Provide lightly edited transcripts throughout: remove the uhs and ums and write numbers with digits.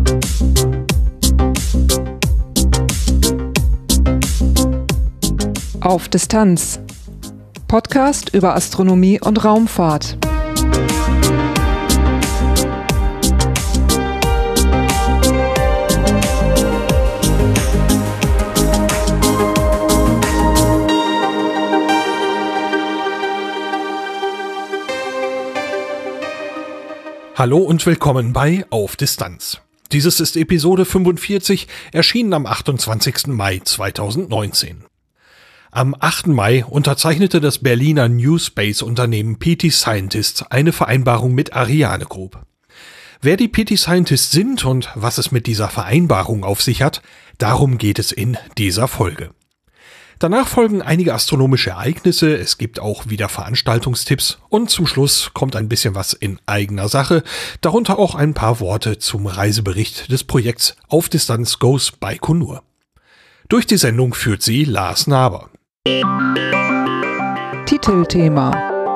Auf Distanz. Podcast über Astronomie und Raumfahrt. Hallo und willkommen bei Auf Distanz. Dieses ist Episode 45, erschienen am 28. Mai 2019. Am 8. Mai unterzeichnete das Berliner New Space-Unternehmen PT Scientists eine Vereinbarung mit Ariane Group. Wer die PT Scientists sind und was es mit dieser Vereinbarung auf sich hat, darum geht es in dieser Folge. Danach folgen einige astronomische Ereignisse, es gibt auch wieder Veranstaltungstipps und zum Schluss kommt ein bisschen was in eigener Sache, darunter auch ein paar Worte zum Reisebericht des Projekts Auf Distanz Goes Baikonur. Durch die Sendung führt sie Lars Naber. Titelthema.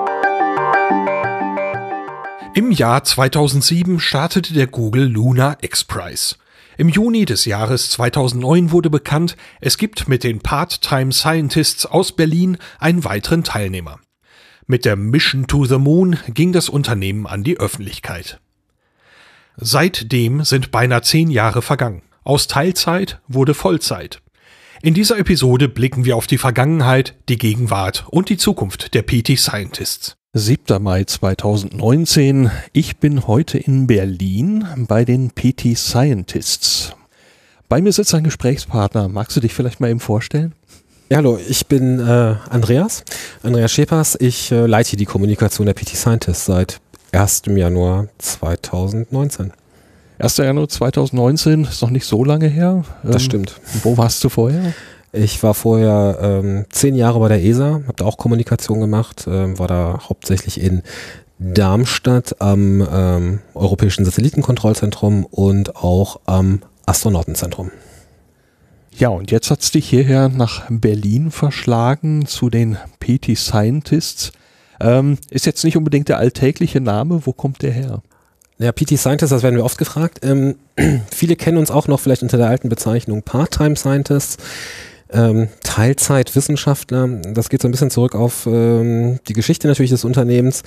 Im Jahr 2007 startete der Google Lunar X-Prize. Im Juni des Jahres 2009 wurde bekannt, es gibt mit den Part-Time Scientists aus Berlin einen weiteren Teilnehmer. Mit der Mission to the Moon ging das Unternehmen an die Öffentlichkeit. Seitdem sind beinahe 10 Jahre vergangen. Aus Teilzeit wurde Vollzeit. In dieser Episode blicken wir auf die Vergangenheit, die Gegenwart und die Zukunft der PT Scientists. 7. Mai 2019. Ich bin heute in Berlin bei den PT Scientists. Bei mir sitzt ein Gesprächspartner. Magst du dich vielleicht mal eben vorstellen? Ja, hallo, ich bin Andreas Schepers. Ich leite die Kommunikation der PT Scientists seit 1. Januar 2019. 1. Januar 2019 ist noch nicht so lange her. Das stimmt. Wo warst du vorher? Ich war vorher 10 Jahre bei der ESA, habe da auch Kommunikation gemacht, war da hauptsächlich in Darmstadt am Europäischen Satellitenkontrollzentrum und auch am Astronautenzentrum. Ja, und jetzt hat es dich hierher nach Berlin verschlagen zu den PT Scientists. Ist jetzt nicht unbedingt der alltägliche Name, wo kommt der her? Ja, PT Scientists, das werden wir oft gefragt. Viele kennen uns auch noch vielleicht unter der alten Bezeichnung Part-Time Scientists, Teilzeitwissenschaftler. Das geht so ein bisschen zurück auf die Geschichte natürlich des Unternehmens.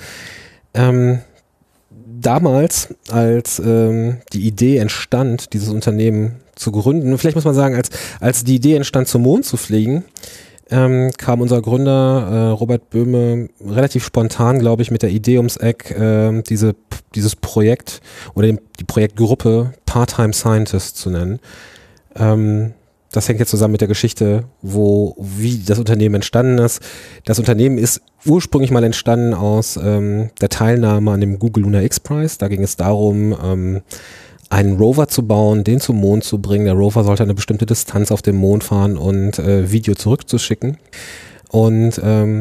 Damals, als die Idee entstand, dieses Unternehmen zu gründen, vielleicht muss man sagen, als die Idee entstand, zum Mond zu fliegen, kam unser Gründer Robert Böhme relativ spontan, glaube ich, mit der Idee ums Eck, dieses Projekt oder die Projektgruppe Part-Time Scientists zu nennen. Das hängt jetzt zusammen mit der Geschichte, wie das Unternehmen entstanden ist. Das Unternehmen ist ursprünglich mal entstanden aus der Teilnahme an dem Google Lunar X-Prize. Da ging es darum, einen Rover zu bauen, den zum Mond zu bringen. Der Rover sollte eine bestimmte Distanz auf dem Mond fahren und Video zurückzuschicken. Und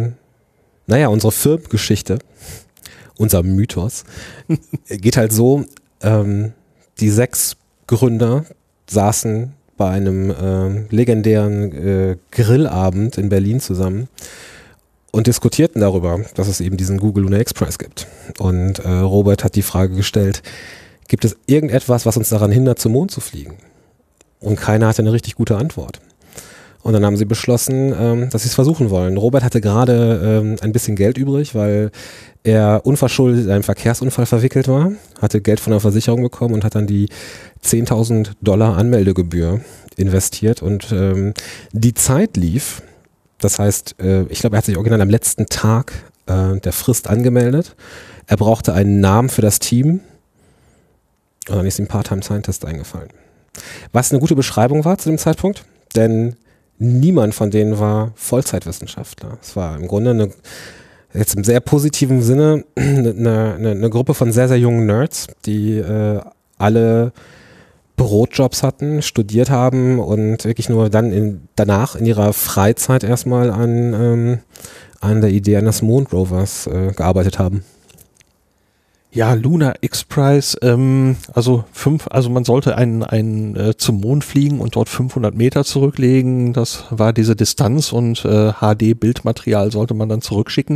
unsere Firmengeschichte, unser Mythos, geht halt so, die 6 Gründer saßen bei einem legendären Grillabend in Berlin zusammen und diskutierten darüber, dass es eben diesen Google Lunar X-Prize gibt. Und Robert hat die Frage gestellt, gibt es irgendetwas, was uns daran hindert, zum Mond zu fliegen? Und keiner hatte eine richtig gute Antwort. Und dann haben sie beschlossen, dass sie es versuchen wollen. Robert hatte gerade ein bisschen Geld übrig, weil er unverschuldet in einen Verkehrsunfall verwickelt war, hatte Geld von der Versicherung bekommen und hat dann die $10.000 Anmeldegebühr investiert. Und die Zeit lief. Das heißt, ich glaube, er hat sich original am letzten Tag der Frist angemeldet. Er brauchte einen Namen für das Team. Und dann ist ihm Part-Time Scientist eingefallen. Was eine gute Beschreibung war zu dem Zeitpunkt, denn niemand von denen war Vollzeitwissenschaftler. Es war im Grunde jetzt im sehr positiven Sinne eine Gruppe von sehr, sehr jungen Nerds, die alle Brotjobs hatten, studiert haben und wirklich nur dann danach in ihrer Freizeit erstmal an der Idee eines Mondrovers gearbeitet haben. Ja, Lunar X-Prize, also man sollte zum Mond fliegen und dort 500 Meter zurücklegen. Das war diese Distanz und HD-Bildmaterial sollte man dann zurückschicken.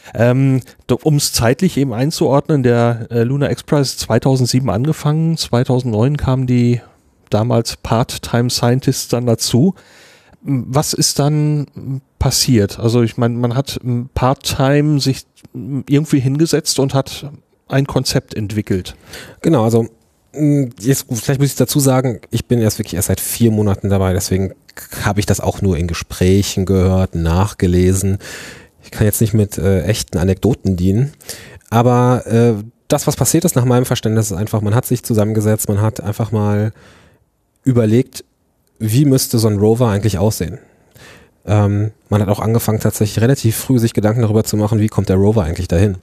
Um es zeitlich eben einzuordnen, der Lunar X-Prize 2007 angefangen, 2009 kamen die damals Part-Time Scientists dann dazu. Was ist dann passiert? Also ich meine, man hat Part-Time sich irgendwie hingesetzt und hat ein Konzept entwickelt. Genau, also jetzt vielleicht muss ich dazu sagen, ich bin erst seit 4 Monaten dabei, deswegen habe ich das auch nur in Gesprächen gehört, nachgelesen. Ich kann jetzt nicht mit echten Anekdoten dienen, aber das, was passiert ist nach meinem Verständnis, ist einfach, man hat sich zusammengesetzt, man hat einfach mal überlegt, wie müsste so ein Rover eigentlich aussehen. Man hat auch angefangen, tatsächlich relativ früh sich Gedanken darüber zu machen, wie kommt der Rover eigentlich dahin.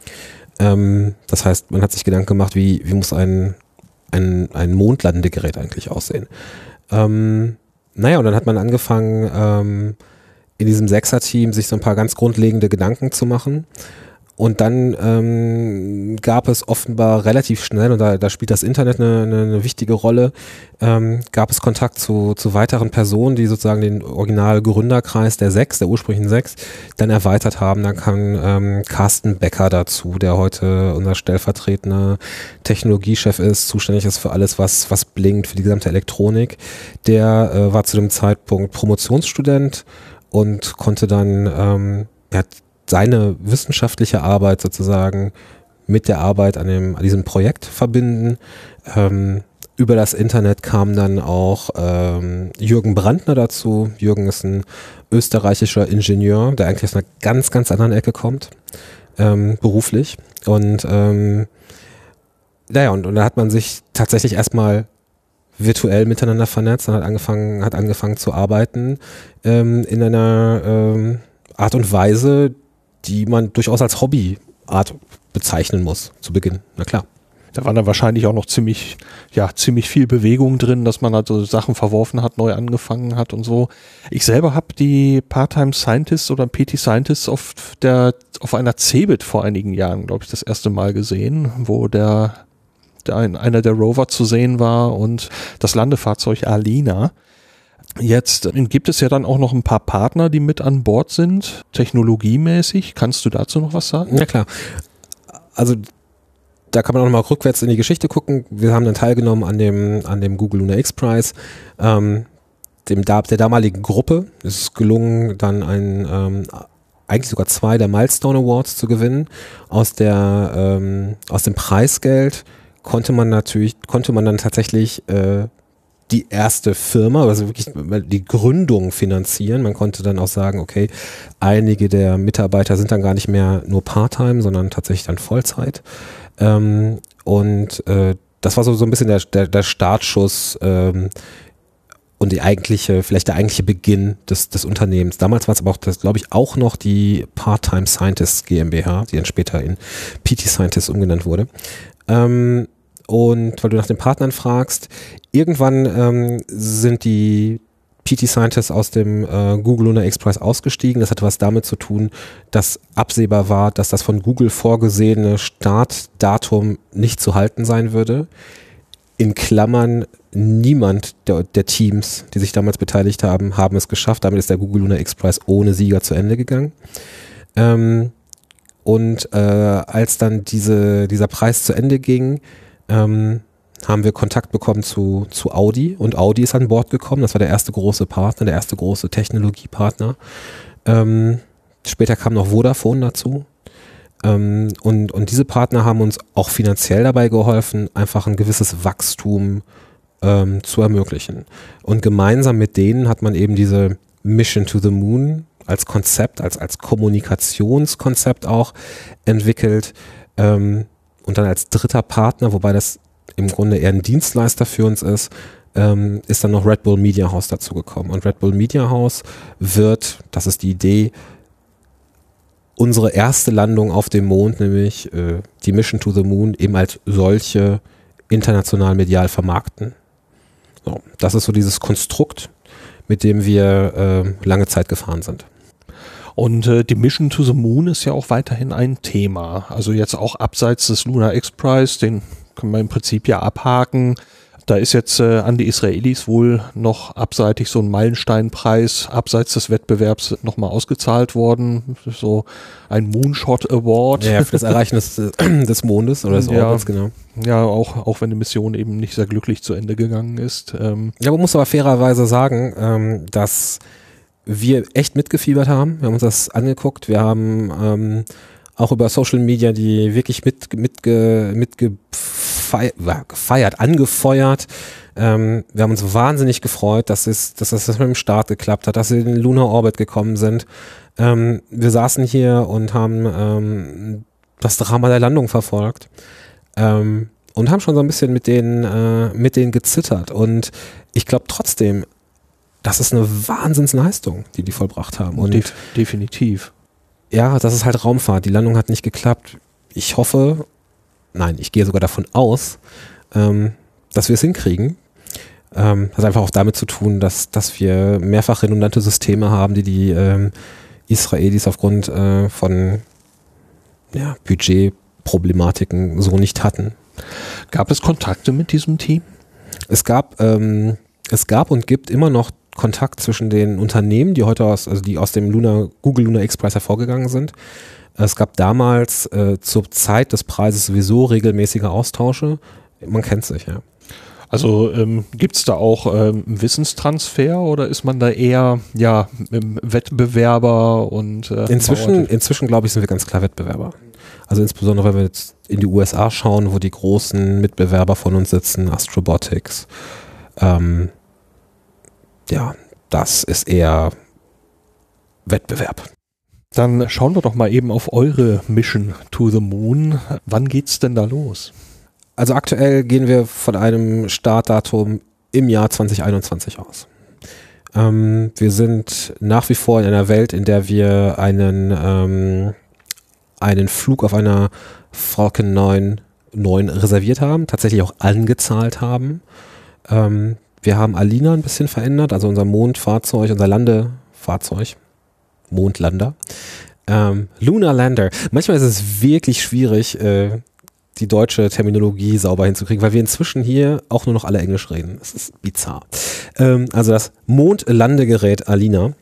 Das heißt, man hat sich Gedanken gemacht, wie muss ein Mondlandegerät eigentlich aussehen. Und dann hat man angefangen, in diesem 6er-Team sich so ein paar ganz grundlegende Gedanken zu machen. Und dann gab es offenbar relativ schnell, und da spielt das Internet eine wichtige Rolle, gab es Kontakt zu weiteren Personen, die sozusagen den Original-Gründerkreis der ursprünglichen 6, dann erweitert haben. Dann kam Carsten Becker dazu, der heute unser stellvertretender Technologiechef ist, zuständig ist für alles, was blinkt, für die gesamte Elektronik. Der war zu dem Zeitpunkt Promotionsstudent und konnte dann, seine wissenschaftliche Arbeit sozusagen mit der Arbeit an diesem Projekt verbinden. Über das Internet kam dann auch Jürgen Brandner dazu. Jürgen ist ein österreichischer Ingenieur, der eigentlich aus einer ganz, ganz anderen Ecke kommt, beruflich. Und und da hat man sich tatsächlich erstmal virtuell miteinander vernetzt und hat angefangen zu arbeiten in einer Art und Weise, die man durchaus als Hobbyart bezeichnen muss, zu Beginn. Na klar. Da war dann wahrscheinlich auch noch ziemlich viel Bewegung drin, dass man also Sachen verworfen hat, neu angefangen hat und so. Ich selber habe die Part-Time Scientists oder PT Scientists auf einer CeBIT vor einigen Jahren, glaube ich, das erste Mal gesehen, wo einer der Rover zu sehen war und das Landefahrzeug Alina. Jetzt gibt es ja dann auch noch ein paar Partner, die mit an Bord sind, technologiemäßig. Kannst du dazu noch was sagen? Ja klar. Also da kann man auch noch mal rückwärts in die Geschichte gucken. Wir haben dann teilgenommen an dem Google Lunar X-Prize, der damaligen Gruppe. Es ist gelungen, dann eigentlich sogar 2 der Milestone Awards zu gewinnen. Aus dem Preisgeld konnte man dann tatsächlich die erste Firma, also wirklich die Gründung finanzieren. Man konnte dann auch sagen, okay, einige der Mitarbeiter sind dann gar nicht mehr nur Part-Time, sondern tatsächlich dann Vollzeit. Das war so ein bisschen der Startschuss und der eigentliche Beginn des Unternehmens. Damals war es aber auch, glaube ich, auch noch die Part-Time Scientists GmbH, die dann später in PT Scientists umgenannt wurde. Und weil du nach den Partnern fragst, irgendwann sind die PT Scientists aus dem Google Lunar X-Prize ausgestiegen. Das hatte was damit zu tun, dass absehbar war, dass das von Google vorgesehene Startdatum nicht zu halten sein würde. In Klammern, niemand der Teams, die sich damals beteiligt haben, haben es geschafft. Damit ist der Google Lunar X-Prize ohne Sieger zu Ende gegangen. Als dann dieser Preis zu Ende ging, haben wir Kontakt bekommen zu Audi und Audi ist an Bord gekommen. Das war der erste große Partner, der erste große Technologiepartner. Später kam noch Vodafone dazu. Und diese Partner haben uns auch finanziell dabei geholfen, einfach ein gewisses Wachstum zu ermöglichen. Und gemeinsam mit denen hat man eben diese Mission to the Moon als Konzept, als Kommunikationskonzept auch entwickelt. Und dann als dritter Partner, wobei das im Grunde eher ein Dienstleister für uns ist dann noch Red Bull Media House dazu gekommen. Und Red Bull Media House wird, das ist die Idee, unsere erste Landung auf dem Mond, nämlich die Mission to the Moon, eben als solche international medial vermarkten. So, das ist so dieses Konstrukt, mit dem wir lange Zeit gefahren sind. Und die Mission to the Moon ist ja auch weiterhin ein Thema. Also jetzt auch abseits des Lunar X-Prize, den können wir im Prinzip ja abhaken. Da ist jetzt an die Israelis wohl noch abseitig so ein Meilensteinpreis abseits des Wettbewerbs nochmal ausgezahlt worden. So ein Moonshot Award. Ja, für das Erreichen des Mondes oder des Orbits, genau. Ja, auch wenn die Mission eben nicht sehr glücklich zu Ende gegangen ist. Ja, man muss aber fairerweise sagen, dass wir echt mitgefiebert haben. Wir haben uns das angeguckt. Wir haben auch über Social Media die wirklich gefeiert, angefeuert. Wir haben uns wahnsinnig gefreut, dass das mit dem Start geklappt hat, dass sie in den Lunar Orbit gekommen sind. Wir saßen hier und haben das Drama der Landung verfolgt und haben schon so ein bisschen mit denen gezittert. Und ich glaube trotzdem, das ist eine Wahnsinnsleistung, die vollbracht haben. Und definitiv. Ja, das ist halt Raumfahrt. Die Landung hat nicht geklappt. Ich gehe sogar davon aus, dass wir es hinkriegen. Hat einfach auch damit zu tun, dass wir mehrfach redundante Systeme haben, die Israelis aufgrund von Budgetproblematiken so nicht hatten. Gab es Kontakte mit diesem Team? Es gab und gibt immer noch Kontakt zwischen den Unternehmen, die heute aus dem Google Lunar X-Prize hervorgegangen sind. Es gab damals zur Zeit des Preises sowieso regelmäßige Austausche. Man kennt sich, ja. Also gibt es da auch Wissenstransfer oder ist man da eher Wettbewerber und Inzwischen glaube ich, sind wir ganz klar Wettbewerber. Also insbesondere, wenn wir jetzt in die USA schauen, wo die großen Mitbewerber von uns sitzen, Astrobotics, das ist eher Wettbewerb. Dann schauen wir doch mal eben auf eure Mission to the Moon. Wann geht's denn da los? Also aktuell gehen wir von einem Startdatum im Jahr 2021 aus. Wir sind nach wie vor in einer Welt, in der wir einen Flug auf einer Falcon 9 reserviert haben, tatsächlich auch angezahlt haben. Wir haben Alina ein bisschen verändert, also unser Mondfahrzeug, unser Landefahrzeug, Mondlander. Lunar Lander. Manchmal ist es wirklich schwierig, die deutsche Terminologie sauber hinzukriegen, weil wir inzwischen hier auch nur noch alle Englisch reden. Das ist bizarr. Also das Mondlandegerät Alina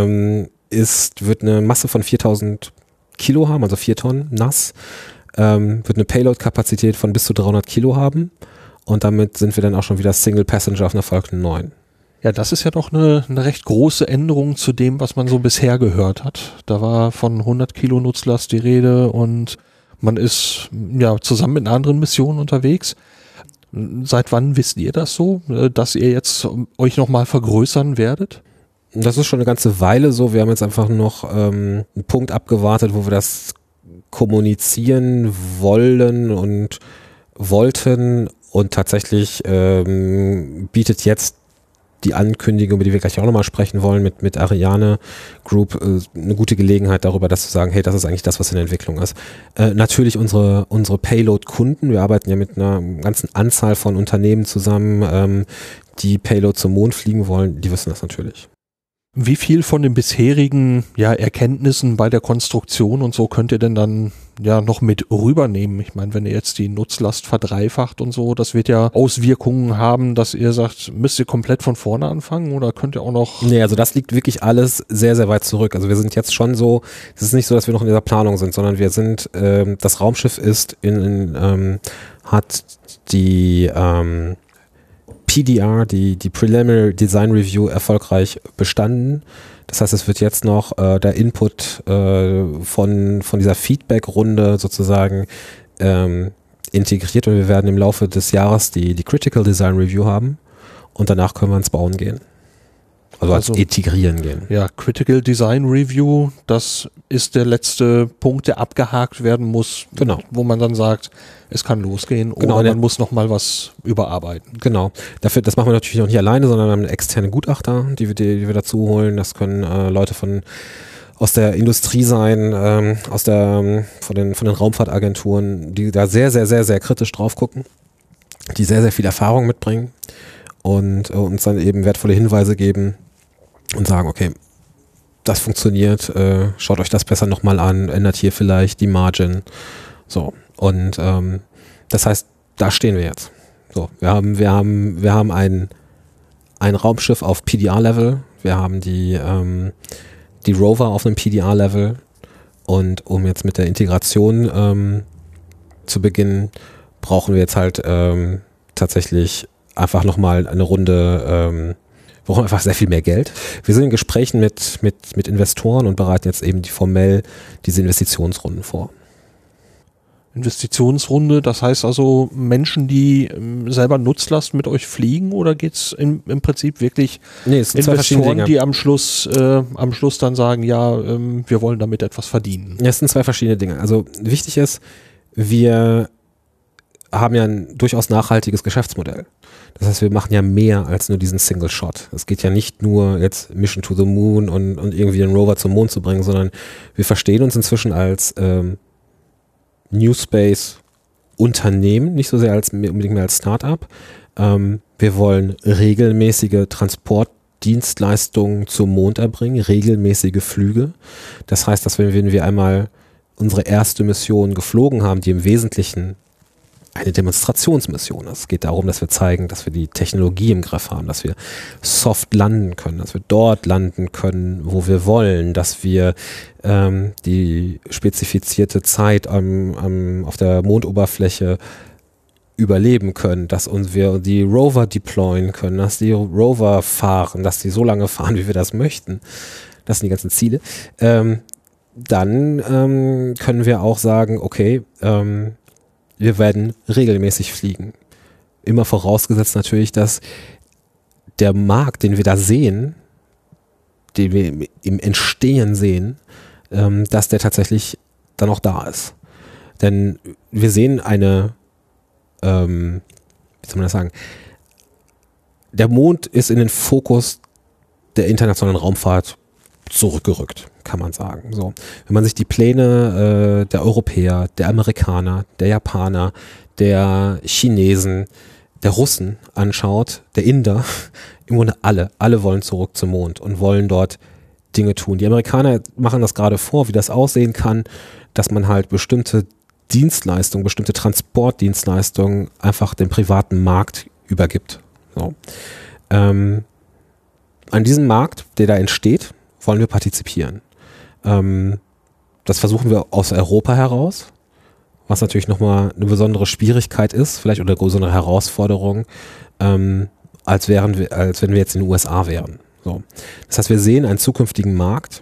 wird eine Masse von 4000 Kilo haben, also 4 Tonnen nass, wird eine Payload-Kapazität von bis zu 300 Kilo haben. Und damit sind wir dann auch schon wieder Single Passenger auf einer Falcon 9. Ja, das ist ja doch eine recht große Änderung zu dem, was man so bisher gehört hat. Da war von 100 Kilo Nutzlast die Rede und man ist ja zusammen mit einer anderen Mission unterwegs. Seit wann wisst ihr das so, dass ihr jetzt euch nochmal vergrößern werdet? Das ist schon eine ganze Weile so. Wir haben jetzt einfach noch einen Punkt abgewartet, wo wir das kommunizieren wollen und wollten. Und tatsächlich bietet jetzt die Ankündigung, über die wir gleich auch nochmal sprechen wollen, mit Ariane Group eine gute Gelegenheit darüber, das zu sagen, hey, das ist eigentlich das, was in der Entwicklung ist. Natürlich unsere Payload-Kunden, wir arbeiten ja mit einer ganzen Anzahl von Unternehmen zusammen, die Payload zum Mond fliegen wollen, die wissen das natürlich. Wie viel von den bisherigen Erkenntnissen bei der Konstruktion und so könnt ihr denn dann noch mit rübernehmen? Ich meine, wenn ihr jetzt die Nutzlast verdreifacht und so, das wird ja Auswirkungen haben, dass ihr sagt, müsst ihr komplett von vorne anfangen oder könnt ihr auch noch... Nee, also das liegt wirklich alles sehr, sehr weit zurück. Also wir sind jetzt schon so, es ist nicht so, dass wir noch in dieser Planung sind, sondern wir sind, das Raumschiff ist hat die PDR, die Preliminary Design Review, erfolgreich bestanden. Das heißt, es wird jetzt noch der Input von dieser Feedback-Runde sozusagen integriert und wir werden im Laufe des Jahres die Critical Design Review haben und danach können wir ins Bauen gehen. Also integrieren gehen. Ja, Critical Design Review, das ist der letzte Punkt, der abgehakt werden muss, genau, wo man dann sagt, es kann losgehen genau, oder man muss nochmal was überarbeiten. Genau. Das machen wir natürlich noch nicht alleine, sondern wir haben einen externen Gutachter, die wir dazu holen. Das können Leute aus der Industrie sein, von den Raumfahrtagenturen, die da sehr, sehr, sehr, sehr kritisch drauf gucken, die sehr, sehr viel Erfahrung mitbringen und uns dann eben wertvolle Hinweise geben und sagen, okay, das funktioniert, schaut euch das besser nochmal an, ändert hier vielleicht die Margin. So, und das heißt, da stehen wir jetzt. So, wir haben ein Raumschiff auf PDR-Level, wir haben die Rover auf einem PDR-Level, und um jetzt mit der Integration zu beginnen, brauchen wir jetzt halt tatsächlich einfach nochmal eine Runde, wir brauchen einfach sehr viel mehr Geld. Wir sind in Gesprächen mit Investoren und bereiten jetzt eben formell diese Investitionsrunden vor. Investitionsrunde, das heißt also Menschen, die selber Nutzlast mit euch fliegen, oder geht es im Prinzip wirklich Investoren, die am Schluss dann sagen, ja, wir wollen damit etwas verdienen? Ja, es sind zwei verschiedene Dinge. Also wichtig ist, wir haben ja ein durchaus nachhaltiges Geschäftsmodell. Das heißt, wir machen ja mehr als nur diesen Single Shot. Es geht ja nicht nur jetzt Mission to the Moon und irgendwie einen Rover zum Mond zu bringen, sondern wir verstehen uns inzwischen als New Space Unternehmen, nicht so sehr unbedingt mehr als Start-up. Wir wollen regelmäßige Transportdienstleistungen zum Mond erbringen, regelmäßige Flüge. Das heißt, dass wenn wir einmal unsere erste Mission geflogen haben, die im Wesentlichen eine Demonstrationsmission ist. Es geht darum, dass wir zeigen, dass wir die Technologie im Griff haben, dass wir soft landen können, dass wir dort landen können, wo wir wollen, dass wir die spezifizierte Zeit auf der Mondoberfläche überleben können, dass wir die Rover deployen können, dass die Rover fahren, dass die so lange fahren, wie wir das möchten. Das sind die ganzen Ziele. Dann können wir auch sagen, okay, wir werden regelmäßig fliegen. Immer vorausgesetzt natürlich, dass der Markt, den wir da sehen, den wir im Entstehen sehen, dass der tatsächlich dann auch da ist. Denn wir sehen wie soll man das sagen, der Mond ist in den Fokus der internationalen Raumfahrt zurückgerückt, kann man sagen. So, wenn man sich die Pläne der Europäer, der Amerikaner, der Japaner, der Chinesen, der Russen anschaut, der Inder, im Grunde alle wollen zurück zum Mond und wollen dort Dinge tun. Die Amerikaner machen das gerade vor, wie das aussehen kann, dass man halt bestimmte Dienstleistungen, bestimmte Transportdienstleistungen einfach dem privaten Markt übergibt. So. An diesem Markt, der da entsteht, wollen wir partizipieren. Das versuchen wir aus Europa heraus, was natürlich nochmal eine besondere Schwierigkeit ist, vielleicht oder eine besondere Herausforderung, als wenn wir jetzt in den USA wären. So. Das heißt, wir sehen einen zukünftigen Markt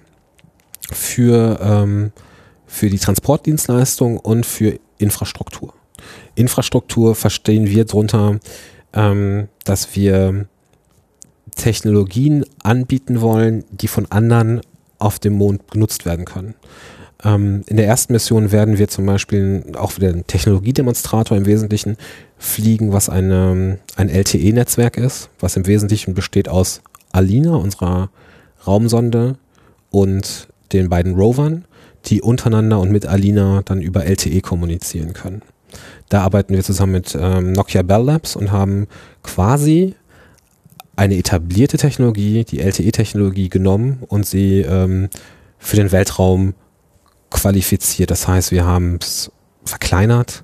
für die Transportdienstleistung und für Infrastruktur. Infrastruktur verstehen wir darunter, dass wir Technologien anbieten wollen, die von anderen auf dem Mond genutzt werden können. In der ersten Mission werden wir zum Beispiel auch wieder einen Technologiedemonstrator im Wesentlichen fliegen, was ein LTE-Netzwerk ist, was im Wesentlichen besteht aus Alina, unserer Raumsonde, und den beiden Rovern, die untereinander und mit Alina dann über LTE kommunizieren können. Da arbeiten wir zusammen mit Nokia Bell Labs und haben quasi eine etablierte Technologie, die LTE-Technologie, genommen und sie für den Weltraum qualifiziert. Das heißt, wir haben es verkleinert,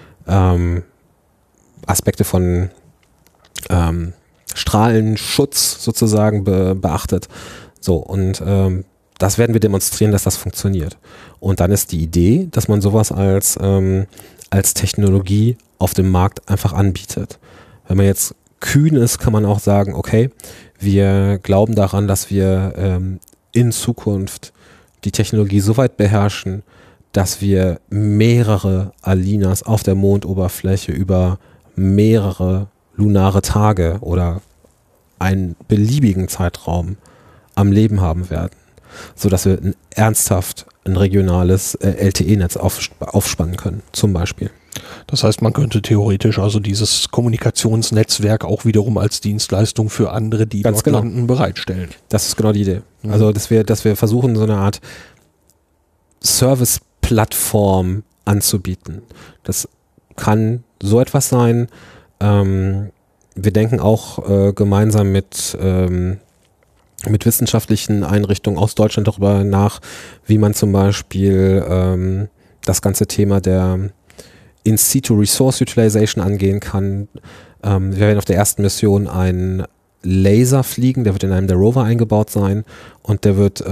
Aspekte von Strahlenschutz sozusagen beachtet. So, und das werden wir demonstrieren, dass das funktioniert. Und dann ist die Idee, dass man sowas als Technologie auf dem Markt einfach anbietet. Wenn man jetzt kühn ist, kann man auch sagen, okay, wir glauben daran, dass wir in Zukunft die Technologie so weit beherrschen, dass wir mehrere Alinas auf der Mondoberfläche über mehrere lunare Tage oder einen beliebigen Zeitraum am Leben haben werden, sodass wir ernsthaft ein regionales LTE-Netz aufspannen können, zum Beispiel. Das heißt, man könnte theoretisch also dieses Kommunikationsnetzwerk auch wiederum als Dienstleistung für andere, die dort landen, bereitstellen. Das ist genau die Idee. Mhm. Also, dass wir versuchen, so eine Art Service-Plattform anzubieten. Das kann so etwas sein. Wir denken auch gemeinsam mit mit wissenschaftlichen Einrichtungen aus Deutschland darüber nach, wie man zum Beispiel das ganze Thema der In-Situ-Resource-Utilization angehen kann. Wir werden auf der ersten Mission einen Laser fliegen, der wird in einem der Rover eingebaut sein und der wird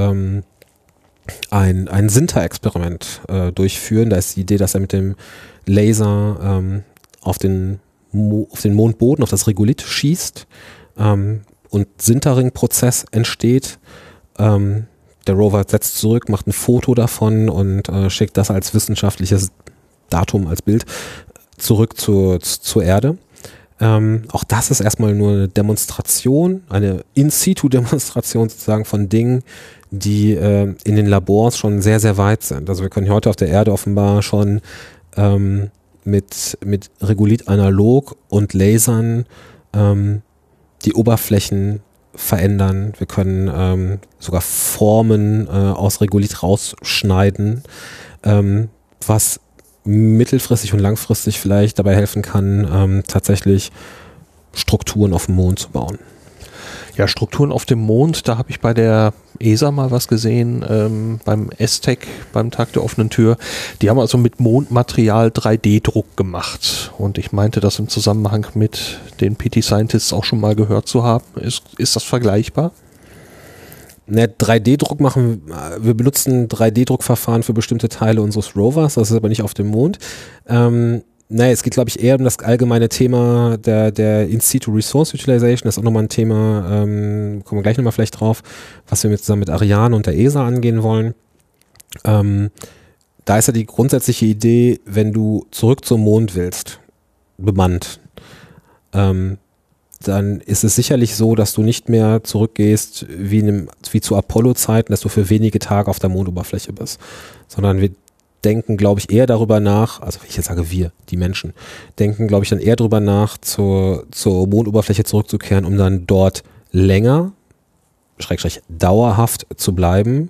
ein Sinter-Experiment durchführen. Da ist die Idee, dass er mit dem Laser auf den Mondboden, auf das Regolith schießt und Sintering-Prozess entsteht. Der Rover setzt zurück, macht ein Foto davon und schickt das als wissenschaftliches Datum, als Bild zurück zur Erde. Auch das ist erstmal nur eine Demonstration, eine In-Situ-Demonstration sozusagen von Dingen, die in den Labors schon sehr, sehr weit sind. Also wir können heute auf der Erde offenbar schon mit Regolith analog und Lasern die Oberflächen verändern. Wir können sogar Formen aus Regolith rausschneiden, was mittelfristig und langfristig vielleicht dabei helfen kann, tatsächlich Strukturen auf dem Mond zu bauen. Ja, Strukturen auf dem Mond, da habe ich bei der ESA mal was gesehen, beim ESTEC, beim Tag der offenen Tür. Die haben also mit Mondmaterial 3D-Druck gemacht. Und ich meinte das im Zusammenhang mit den PT Scientists auch schon mal gehört zu haben. Ist das vergleichbar? Ne, 3D-Druck wir benutzen 3D-Druckverfahren für bestimmte Teile unseres Rovers, das ist aber nicht auf dem Mond. Es geht, glaube ich, eher um das allgemeine Thema der In-Situ-Resource-Utilization. Das ist auch nochmal ein Thema, kommen wir gleich nochmal vielleicht drauf, was wir zusammen mit Ariane und der ESA angehen wollen. Da ist ja die grundsätzliche Idee, wenn du zurück zum Mond willst, bemannt, dann ist es sicherlich so, dass du nicht mehr zurückgehst wie zu Apollo-Zeiten, dass du für wenige Tage auf der Mondoberfläche bist, sondern wir denken, glaube ich, eher darüber nach, also wenn ich jetzt sage wir, die Menschen, denken, glaube ich, dann eher darüber nach, zur Mondoberfläche zurückzukehren, um dann dort länger, dauerhaft zu bleiben.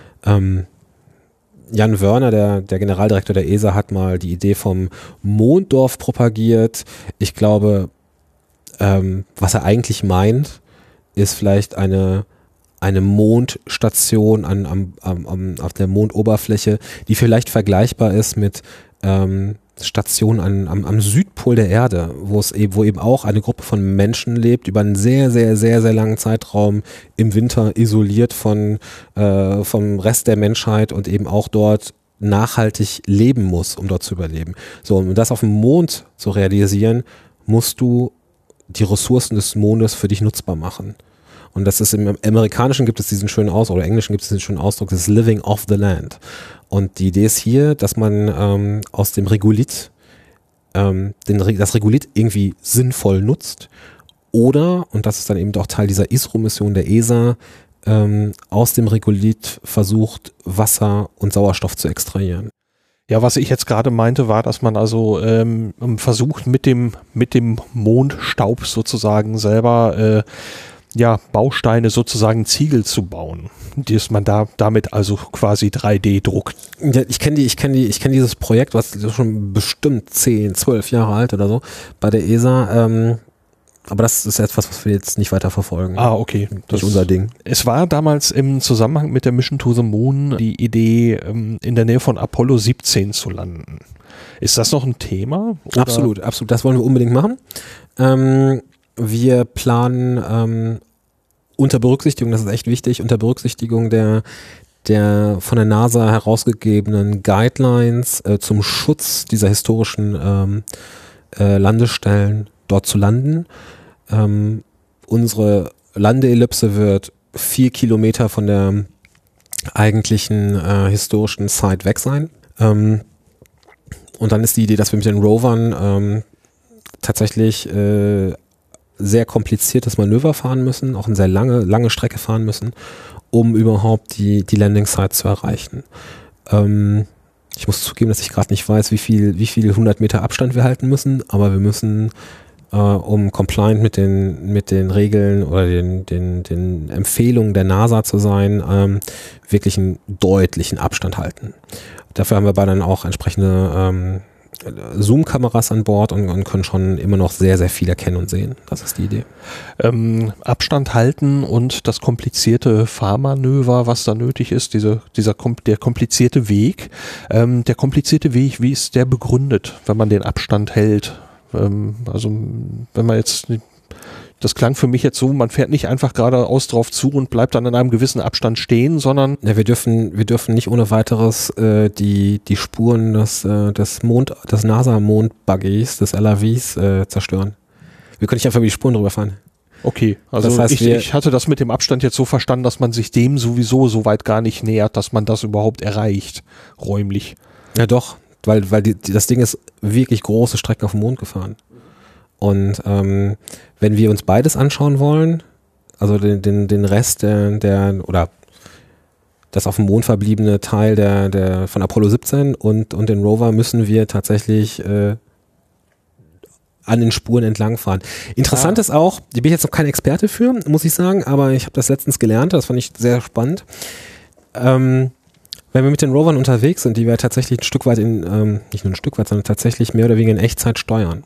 Jan Wörner, der Generaldirektor der ESA, hat mal die Idee vom Monddorf propagiert. Ich glaube, was er eigentlich meint, ist vielleicht eine Mondstation auf der Mondoberfläche, die vielleicht vergleichbar ist mit Stationen am Südpol der Erde, wo eben auch eine Gruppe von Menschen lebt, über einen sehr, sehr, sehr, sehr langen Zeitraum im Winter isoliert vom Rest der Menschheit und eben auch dort nachhaltig leben muss, um dort zu überleben. So, um das auf dem Mond zu realisieren, musst du die Ressourcen des Mondes für dich nutzbar machen. Und das ist im Amerikanischen gibt es diesen schönen Ausdruck, oder im Englischen gibt es diesen schönen Ausdruck, das ist Living off the Land. Und die Idee ist hier, dass man aus dem Regolith das Regolith irgendwie sinnvoll nutzt oder, und das ist dann eben auch Teil dieser ISRO-Mission der ESA, aus dem Regolith versucht, Wasser und Sauerstoff zu extrahieren. Ja, was ich jetzt gerade meinte, war, dass man also versucht, mit dem Mondstaub sozusagen selber Bausteine, sozusagen Ziegel zu bauen, dass man damit also quasi 3D druckt. Ja, ich kenne dieses Projekt, was schon bestimmt 10, 12 Jahre alt oder so, bei der ESA, aber das ist etwas, was wir jetzt nicht weiter verfolgen. Ah, okay. Das ist unser Ding. Es war damals im Zusammenhang mit der Mission to the Moon die Idee, in der Nähe von Apollo 17 zu landen. Ist das noch ein Thema? Oder? Absolut. Das wollen wir unbedingt machen. Wir planen unter Berücksichtigung, das ist echt wichtig, unter Berücksichtigung der von der NASA herausgegebenen Guidelines zum Schutz dieser historischen Landestellen dort zu landen. Unsere Landeellipse wird 4 Kilometer von der eigentlichen historischen Site weg sein. Und dann ist die Idee, dass wir mit den Rovern tatsächlich sehr kompliziertes Manöver fahren müssen, auch eine sehr lange Strecke fahren müssen, um überhaupt die Landing Site zu erreichen. Ich muss zugeben, dass ich gerade nicht weiß, wie viel 100 Meter Abstand wir halten müssen, aber wir müssen, um compliant mit den Regeln oder den Empfehlungen der NASA zu sein, wirklich einen deutlichen Abstand halten. Dafür haben wir dann auch entsprechende Zoom-Kameras an Bord und können schon immer noch sehr, sehr viel erkennen und sehen. Das ist die Idee. Abstand halten und das komplizierte Fahrmanöver, was da nötig ist, der komplizierte Weg. Der komplizierte Weg, wie ist der begründet, wenn man den Abstand hält? Also wenn man jetzt... Das klang für mich jetzt so, man fährt nicht einfach geradeaus drauf zu und bleibt dann in einem gewissen Abstand stehen, sondern... Ja, wir dürfen nicht ohne weiteres die Spuren des NASA-Mond-Buggies, des LRVs zerstören. Wir können nicht einfach über die Spuren drüber fahren. Okay, also das heißt, ich hatte das mit dem Abstand jetzt so verstanden, dass man sich dem sowieso so weit gar nicht nähert, dass man das überhaupt erreicht, räumlich. Ja doch, weil das Ding ist wirklich große Strecken auf dem Mond gefahren. Und wenn wir uns beides anschauen wollen, also den Rest oder das auf dem Mond verbliebene Teil der von Apollo 17 und den Rover, müssen wir tatsächlich an den Spuren entlang fahren. Interessant ist auch, da bin ich jetzt noch kein Experte für, muss ich sagen, aber ich habe das letztens gelernt, das fand ich sehr spannend. Wenn wir mit den Rovern unterwegs sind, die wir tatsächlich ein Stück weit nicht nur ein Stück weit, sondern tatsächlich mehr oder weniger in Echtzeit steuern.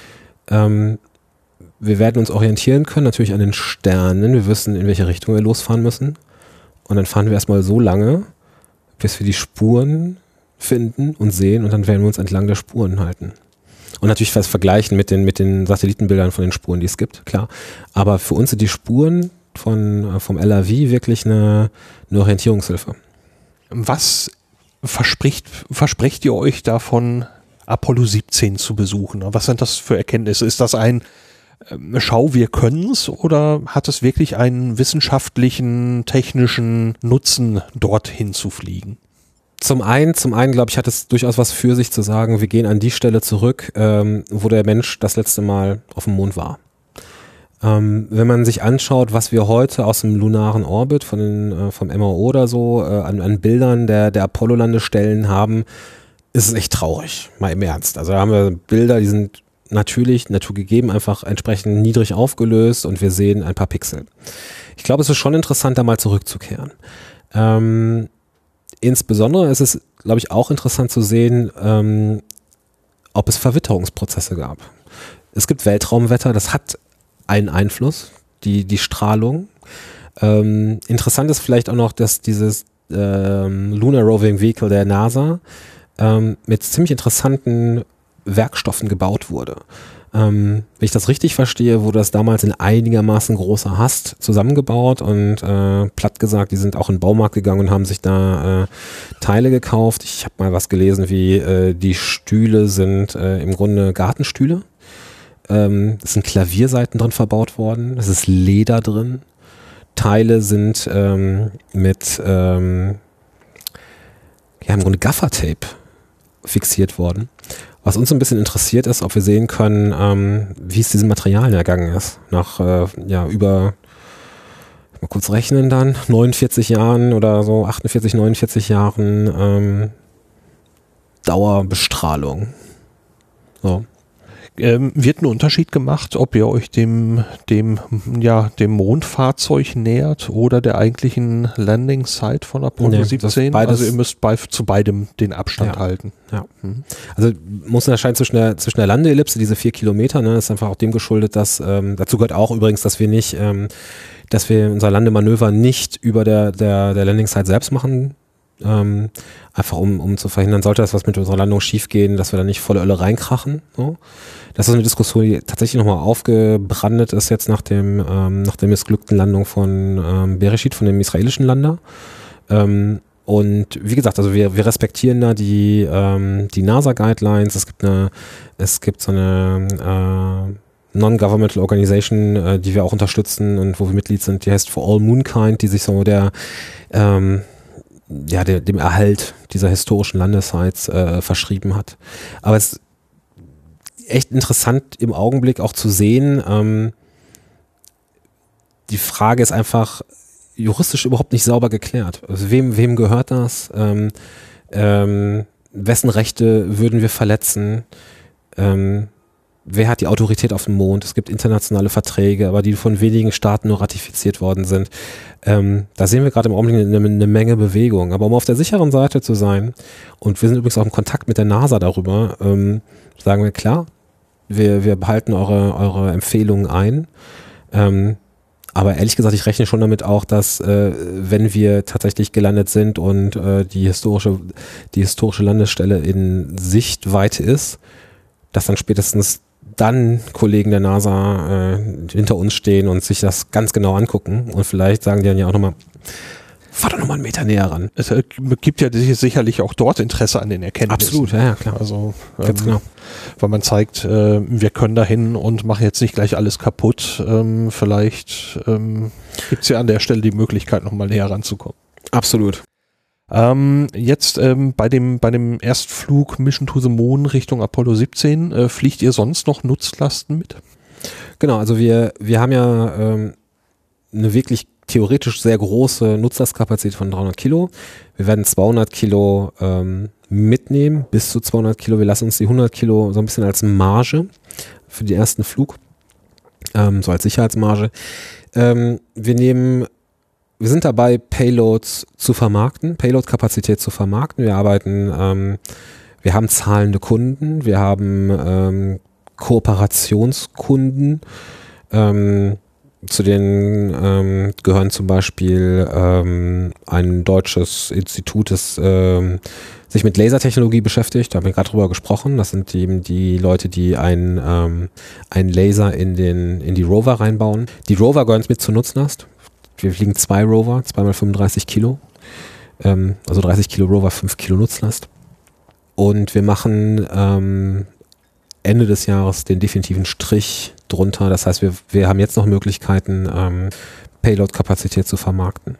Wir werden uns orientieren können, natürlich an den Sternen. Wir wissen, in welche Richtung wir losfahren müssen. Und dann fahren wir erstmal so lange, bis wir die Spuren finden und sehen. Und dann werden wir uns entlang der Spuren halten. Und natürlich was vergleichen mit den Satellitenbildern von den Spuren, die es gibt, klar. Aber für uns sind die Spuren vom LRV wirklich eine Orientierungshilfe. Was versprecht ihr euch davon, Apollo 17 zu besuchen? Was sind das für Erkenntnisse? Ist das ein Schau, wir können's, oder hat es wirklich einen wissenschaftlichen, technischen Nutzen, dorthin zu fliegen? Zum einen, glaube ich, hat es durchaus was für sich zu sagen, wir gehen an die Stelle zurück, wo der Mensch das letzte Mal auf dem Mond war. Wenn man sich anschaut, was wir heute aus dem lunaren Orbit vom MAO oder so an Bildern der Apollo-Landestellen haben, ist es echt traurig, mal im Ernst. Also da haben wir Bilder, die sind naturgegeben, einfach entsprechend niedrig aufgelöst und wir sehen ein paar Pixel. Ich glaube, es ist schon interessant, da mal zurückzukehren. Insbesondere ist es, glaube ich, auch interessant zu sehen, ob es Verwitterungsprozesse gab. Es gibt Weltraumwetter, das hat einen Einfluss, die Strahlung. Interessant ist vielleicht auch noch, dass dieses Lunar Roving Vehicle der NASA mit ziemlich interessanten Werkstoffen gebaut wurde. Wenn ich das richtig verstehe, wurde das damals in einigermaßen großer Hast zusammengebaut und platt gesagt, die sind auch in den Baumarkt gegangen und haben sich da Teile gekauft. Ich habe mal was gelesen, wie die Stühle sind im Grunde Gartenstühle. Es sind Klaviersaiten drin verbaut worden, es ist Leder drin. Teile sind mit im Grunde Gaffertape fixiert worden. Was uns ein bisschen interessiert ist, ob wir sehen können, wie es diesen Materialien ergangen ist. Nach mal kurz rechnen dann, 49 Jahren oder so, 48, 49 Jahren Dauerbestrahlung. So. Wird ein Unterschied gemacht, ob ihr euch dem Mondfahrzeug nähert oder der eigentlichen Landing Site von Apollo 17? Also ihr müsst zu beidem den Abstand halten. Ja. Also muss unterscheiden zwischen der Landeellipse, diese 4 Kilometer, ne, das ist einfach auch dem geschuldet, dass dazu gehört auch übrigens, dass wir nicht, dass wir unser Landemanöver nicht über der Landing Site selbst machen. Einfach um zu verhindern, sollte das was mit unserer Landung schief gehen, dass wir da nicht volle Ölle reinkrachen. So. Das ist eine Diskussion, die tatsächlich nochmal aufgebrandet ist jetzt nach der missglückten Landung von Bereshit, von dem israelischen Lander. Und wie gesagt, also wir respektieren da die NASA-Guidelines. Es gibt so eine Non-Governmental Organization, die wir auch unterstützen und wo wir Mitglied sind, die heißt For All Moonkind, die sich so dem Erhalt dieser historischen Landesites verschrieben hat. Aber es ist echt interessant im Augenblick auch zu sehen, die Frage ist einfach juristisch überhaupt nicht sauber geklärt. Also wem gehört das? Wessen Rechte würden wir verletzen? wer hat die Autorität auf dem Mond? Es gibt internationale Verträge, aber die von wenigen Staaten nur ratifiziert worden sind. Da sehen wir gerade im Augenblick eine Menge Bewegung. Aber um auf der sicheren Seite zu sein, und wir sind übrigens auch im Kontakt mit der NASA darüber, sagen wir, klar, wir behalten eure Empfehlungen ein. Aber ehrlich gesagt, ich rechne schon damit auch, dass wenn wir tatsächlich gelandet sind und die historische Landestelle in Sichtweite ist, dass dann spätestens dann Kollegen der NASA hinter uns stehen und sich das ganz genau angucken und vielleicht sagen die dann ja auch nochmal, fahr doch nochmal einen Meter näher ran. Es gibt ja sicherlich auch dort Interesse an den Erkenntnissen. Absolut, ja klar. Also ganz genau. Weil man zeigt, wir können dahin und machen jetzt nicht gleich alles kaputt. Vielleicht gibt es ja an der Stelle die Möglichkeit, nochmal näher ranzukommen. Absolut. Jetzt bei dem Erstflug Mission to the Moon Richtung Apollo 17, fliegt ihr sonst noch Nutzlasten mit? Genau, also wir haben ja eine wirklich theoretisch sehr große Nutzlastkapazität von 300 Kilo. Wir werden 200 Kilo mitnehmen, bis zu 200 Kilo. Wir lassen uns die 100 Kilo so ein bisschen als Marge für den ersten Flug, so als Sicherheitsmarge. Wir sind dabei, Payloads zu vermarkten, Payload-Kapazität zu vermarkten. Wir haben zahlende Kunden, wir haben Kooperationskunden, zu denen gehören zum Beispiel ein deutsches Institut, das sich mit Lasertechnologie beschäftigt. Da haben wir gerade drüber gesprochen. Das sind eben die Leute, die einen Laser in die Rover reinbauen. Die Rover gehören mit zur Nutzlast. Wir fliegen 2 Rover, 2 mal 35 Kilo. Also 30 Kilo Rover, 5 Kilo Nutzlast. Und wir machen Ende des Jahres den definitiven Strich drunter. Das heißt, wir haben jetzt noch Möglichkeiten, Payload-Kapazität zu vermarkten.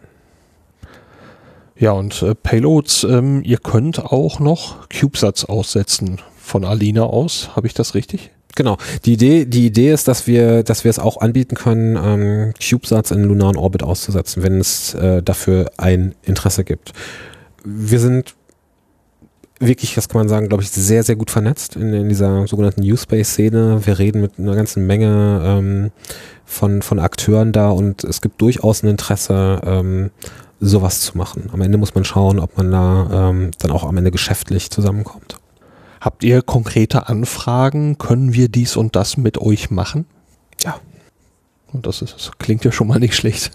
Ja, und Payloads, ihr könnt auch noch CubeSats aussetzen von Alina aus. Habe ich das richtig? Genau. Die Idee ist, dass wir es auch anbieten können, CubeSats in den lunaren Orbit auszusetzen, wenn es dafür ein Interesse gibt. Wir sind wirklich, das kann man sagen, glaube ich, sehr, sehr gut vernetzt in dieser sogenannten New-Space-Szene. Wir reden mit einer ganzen Menge von Akteuren da und es gibt durchaus ein Interesse, sowas zu machen. Am Ende muss man schauen, ob man da dann auch am Ende geschäftlich zusammenkommt. Habt ihr konkrete Anfragen? Können wir dies und das mit euch machen? Ja. Und das klingt ja schon mal nicht schlecht.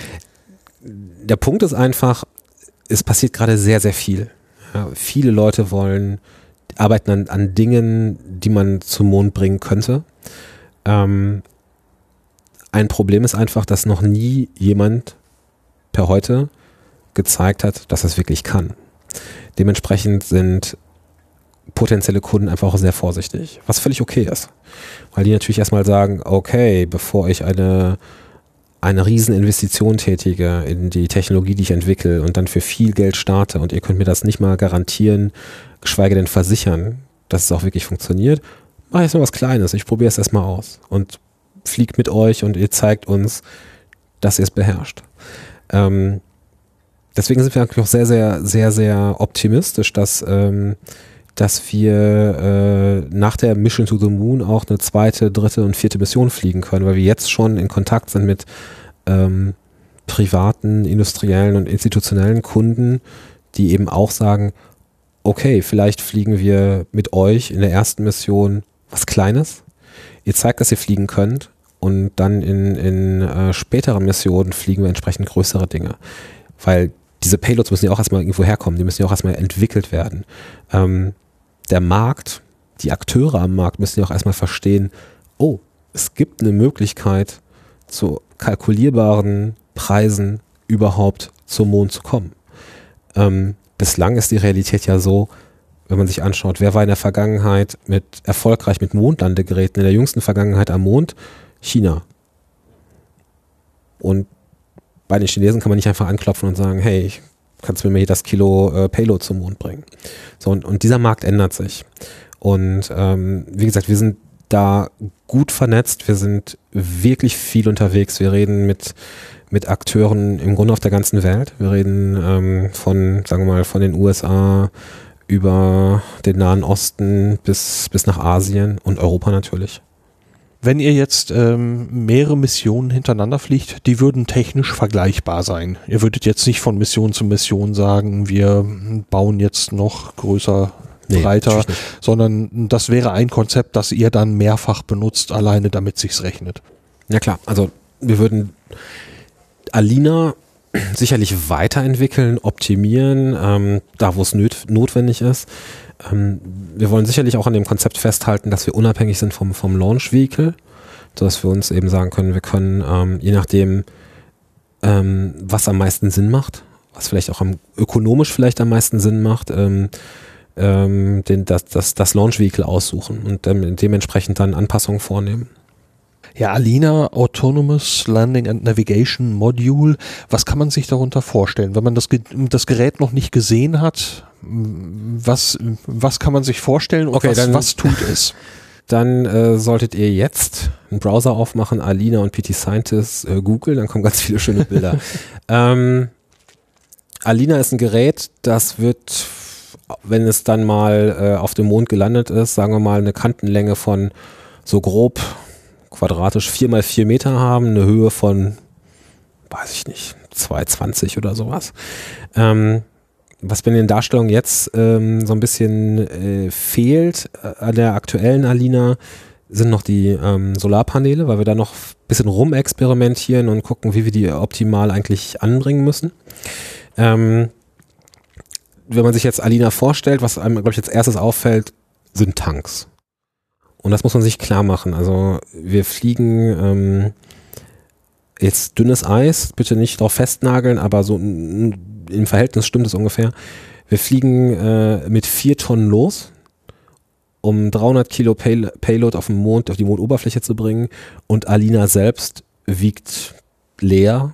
Der Punkt ist einfach, es passiert gerade sehr, sehr viel. Ja, viele Leute arbeiten an Dingen, die man zum Mond bringen könnte. Ein Problem ist einfach, dass noch nie jemand per heute gezeigt hat, dass er es wirklich kann. Dementsprechend sind potenzielle Kunden einfach auch sehr vorsichtig, was völlig okay ist. Weil die natürlich erstmal sagen, okay, bevor ich eine Rieseninvestition tätige in die Technologie, die ich entwickle und dann für viel Geld starte und ihr könnt mir das nicht mal garantieren, geschweige denn versichern, dass es auch wirklich funktioniert, mache ich jetzt mal was Kleines. Ich probiere es erstmal aus und fliegt mit euch und ihr zeigt uns, dass ihr es beherrscht. Deswegen sind wir eigentlich auch sehr, sehr, sehr, sehr optimistisch, dass wir nach der Mission to the Moon auch eine 2., 3. und 4. Mission fliegen können, weil wir jetzt schon in Kontakt sind mit privaten, industriellen und institutionellen Kunden, die eben auch sagen, okay, vielleicht fliegen wir mit euch in der ersten Mission was Kleines. Ihr zeigt, dass ihr fliegen könnt und dann in späteren Missionen fliegen wir entsprechend größere Dinge. Weil diese Payloads müssen ja auch erstmal irgendwo herkommen, die müssen ja auch erstmal entwickelt werden. Der Markt, die Akteure am Markt müssen ja auch erstmal verstehen, oh, es gibt eine Möglichkeit, zu kalkulierbaren Preisen überhaupt zum Mond zu kommen. Bislang ist die Realität ja so, wenn man sich anschaut, wer war in der Vergangenheit erfolgreich mit Mondlandegeräten, in der jüngsten Vergangenheit am Mond? China. Und bei den Chinesen kann man nicht einfach anklopfen und sagen, hey, kannst du mir das Kilo Payload zum Mond bringen. So, und dieser Markt ändert sich. Und wie gesagt, wir sind da gut vernetzt, wir sind wirklich viel unterwegs, wir reden mit Akteuren im Grunde auf der ganzen Welt. Wir reden von den USA über den Nahen Osten bis nach Asien und Europa natürlich. Wenn ihr jetzt mehrere Missionen hintereinander fliegt, die würden technisch vergleichbar sein. Ihr würdet jetzt nicht von Mission zu Mission sagen, wir bauen jetzt noch größer, breiter, sondern das wäre ein Konzept, das ihr dann mehrfach benutzt, alleine damit sich's rechnet. Ja klar, also wir würden Alina sicherlich weiterentwickeln, optimieren, da wo es notwendig ist. Wir wollen sicherlich auch an dem Konzept festhalten, dass wir unabhängig sind vom Launch Vehicle, sodass wir uns eben sagen können, wir können je nachdem, was am meisten Sinn macht, was vielleicht auch ökonomisch vielleicht am meisten Sinn macht, das Launch Vehicle aussuchen und dementsprechend dann Anpassungen vornehmen. Ja, Alina Autonomous Landing and Navigation Module, was kann man sich darunter vorstellen? Wenn man das Gerät noch nicht gesehen hat, was kann man sich vorstellen und was tut es? Dann solltet ihr jetzt einen Browser aufmachen, Alina und PT Scientist googeln, dann kommen ganz viele schöne Bilder. Alina ist ein Gerät, das wird, wenn es dann mal auf dem Mond gelandet ist, sagen wir mal eine Kantenlänge von so grob quadratisch 4x4 Meter haben, eine Höhe von, weiß ich nicht, 2,20 oder sowas. Was bei den Darstellungen jetzt so ein bisschen fehlt an der aktuellen Alina, sind noch die Solarpaneele, weil wir da noch ein bisschen rumexperimentieren und gucken, wie wir die optimal eigentlich anbringen müssen. Wenn man sich jetzt Alina vorstellt, was einem, glaube ich, als erstes auffällt, sind Tanks. Und das muss man sich klar machen. Also wir fliegen jetzt dünnes Eis, bitte nicht drauf festnageln, aber so im Verhältnis stimmt es ungefähr. Wir fliegen mit 4 Tonnen los, um 300 Kilo Payload auf die Mondoberfläche zu bringen, und Alina selbst wiegt leer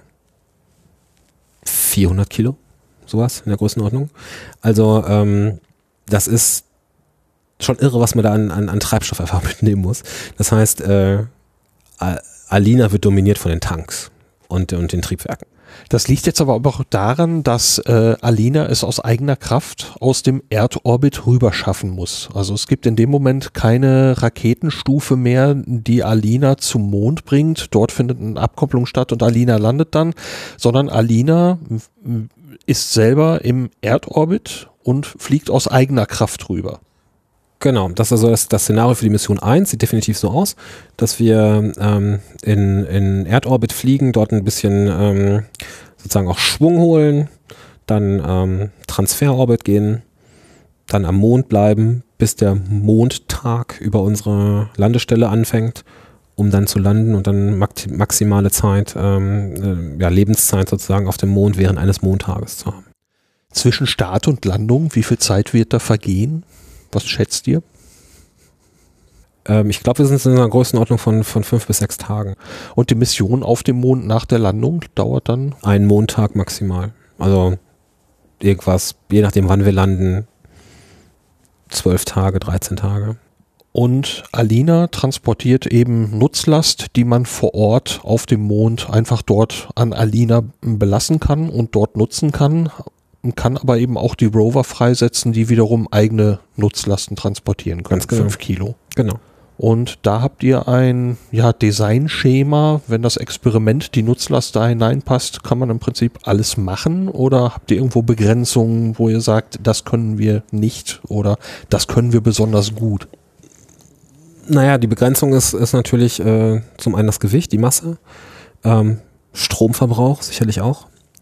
400 Kilo, sowas in der Größenordnung. Also das ist schon irre, was man da an Treibstoff einfach mitnehmen muss. Das heißt, Alina wird dominiert von den Tanks und den Triebwerken. Das liegt jetzt aber auch daran, dass Alina es aus eigener Kraft aus dem Erdorbit rüber schaffen muss. Also es gibt in dem Moment keine Raketenstufe mehr, die Alina zum Mond bringt. Dort findet eine Abkopplung statt und Alina landet dann, sondern Alina ist selber im Erdorbit und fliegt aus eigener Kraft rüber. Genau, das ist also das Szenario für die Mission 1, sieht definitiv so aus, dass wir in Erdorbit fliegen, dort ein bisschen sozusagen auch Schwung holen, dann Transferorbit gehen, dann am Mond bleiben, bis der Mondtag über unsere Landestelle anfängt, um dann zu landen und dann maximale Zeit, Lebenszeit sozusagen auf dem Mond während eines Mondtages zu haben. Zwischen Start und Landung, wie viel Zeit wird da vergehen? Was schätzt ihr? Ich glaube, wir sind in einer Größenordnung von 5 bis 6 Tagen. Und die Mission auf dem Mond nach der Landung dauert dann? Einen Mondtag maximal. Also irgendwas, je nachdem wann wir landen, 12 Tage, 13 Tage. Und Alina transportiert eben Nutzlast, die man vor Ort auf dem Mond einfach dort an Alina belassen kann und dort nutzen kann. Kann aber eben auch die Rover freisetzen, die wiederum eigene Nutzlasten transportieren können. Ganz genau. 5 Kilo. Genau. Und da habt ihr ein Designschema, wenn das Experiment die Nutzlast da hineinpasst, kann man im Prinzip alles machen, oder habt ihr irgendwo Begrenzungen, wo ihr sagt, das können wir nicht oder das können wir besonders gut? Naja, die Begrenzung ist natürlich zum einen das Gewicht, die Masse, Stromverbrauch sicherlich auch.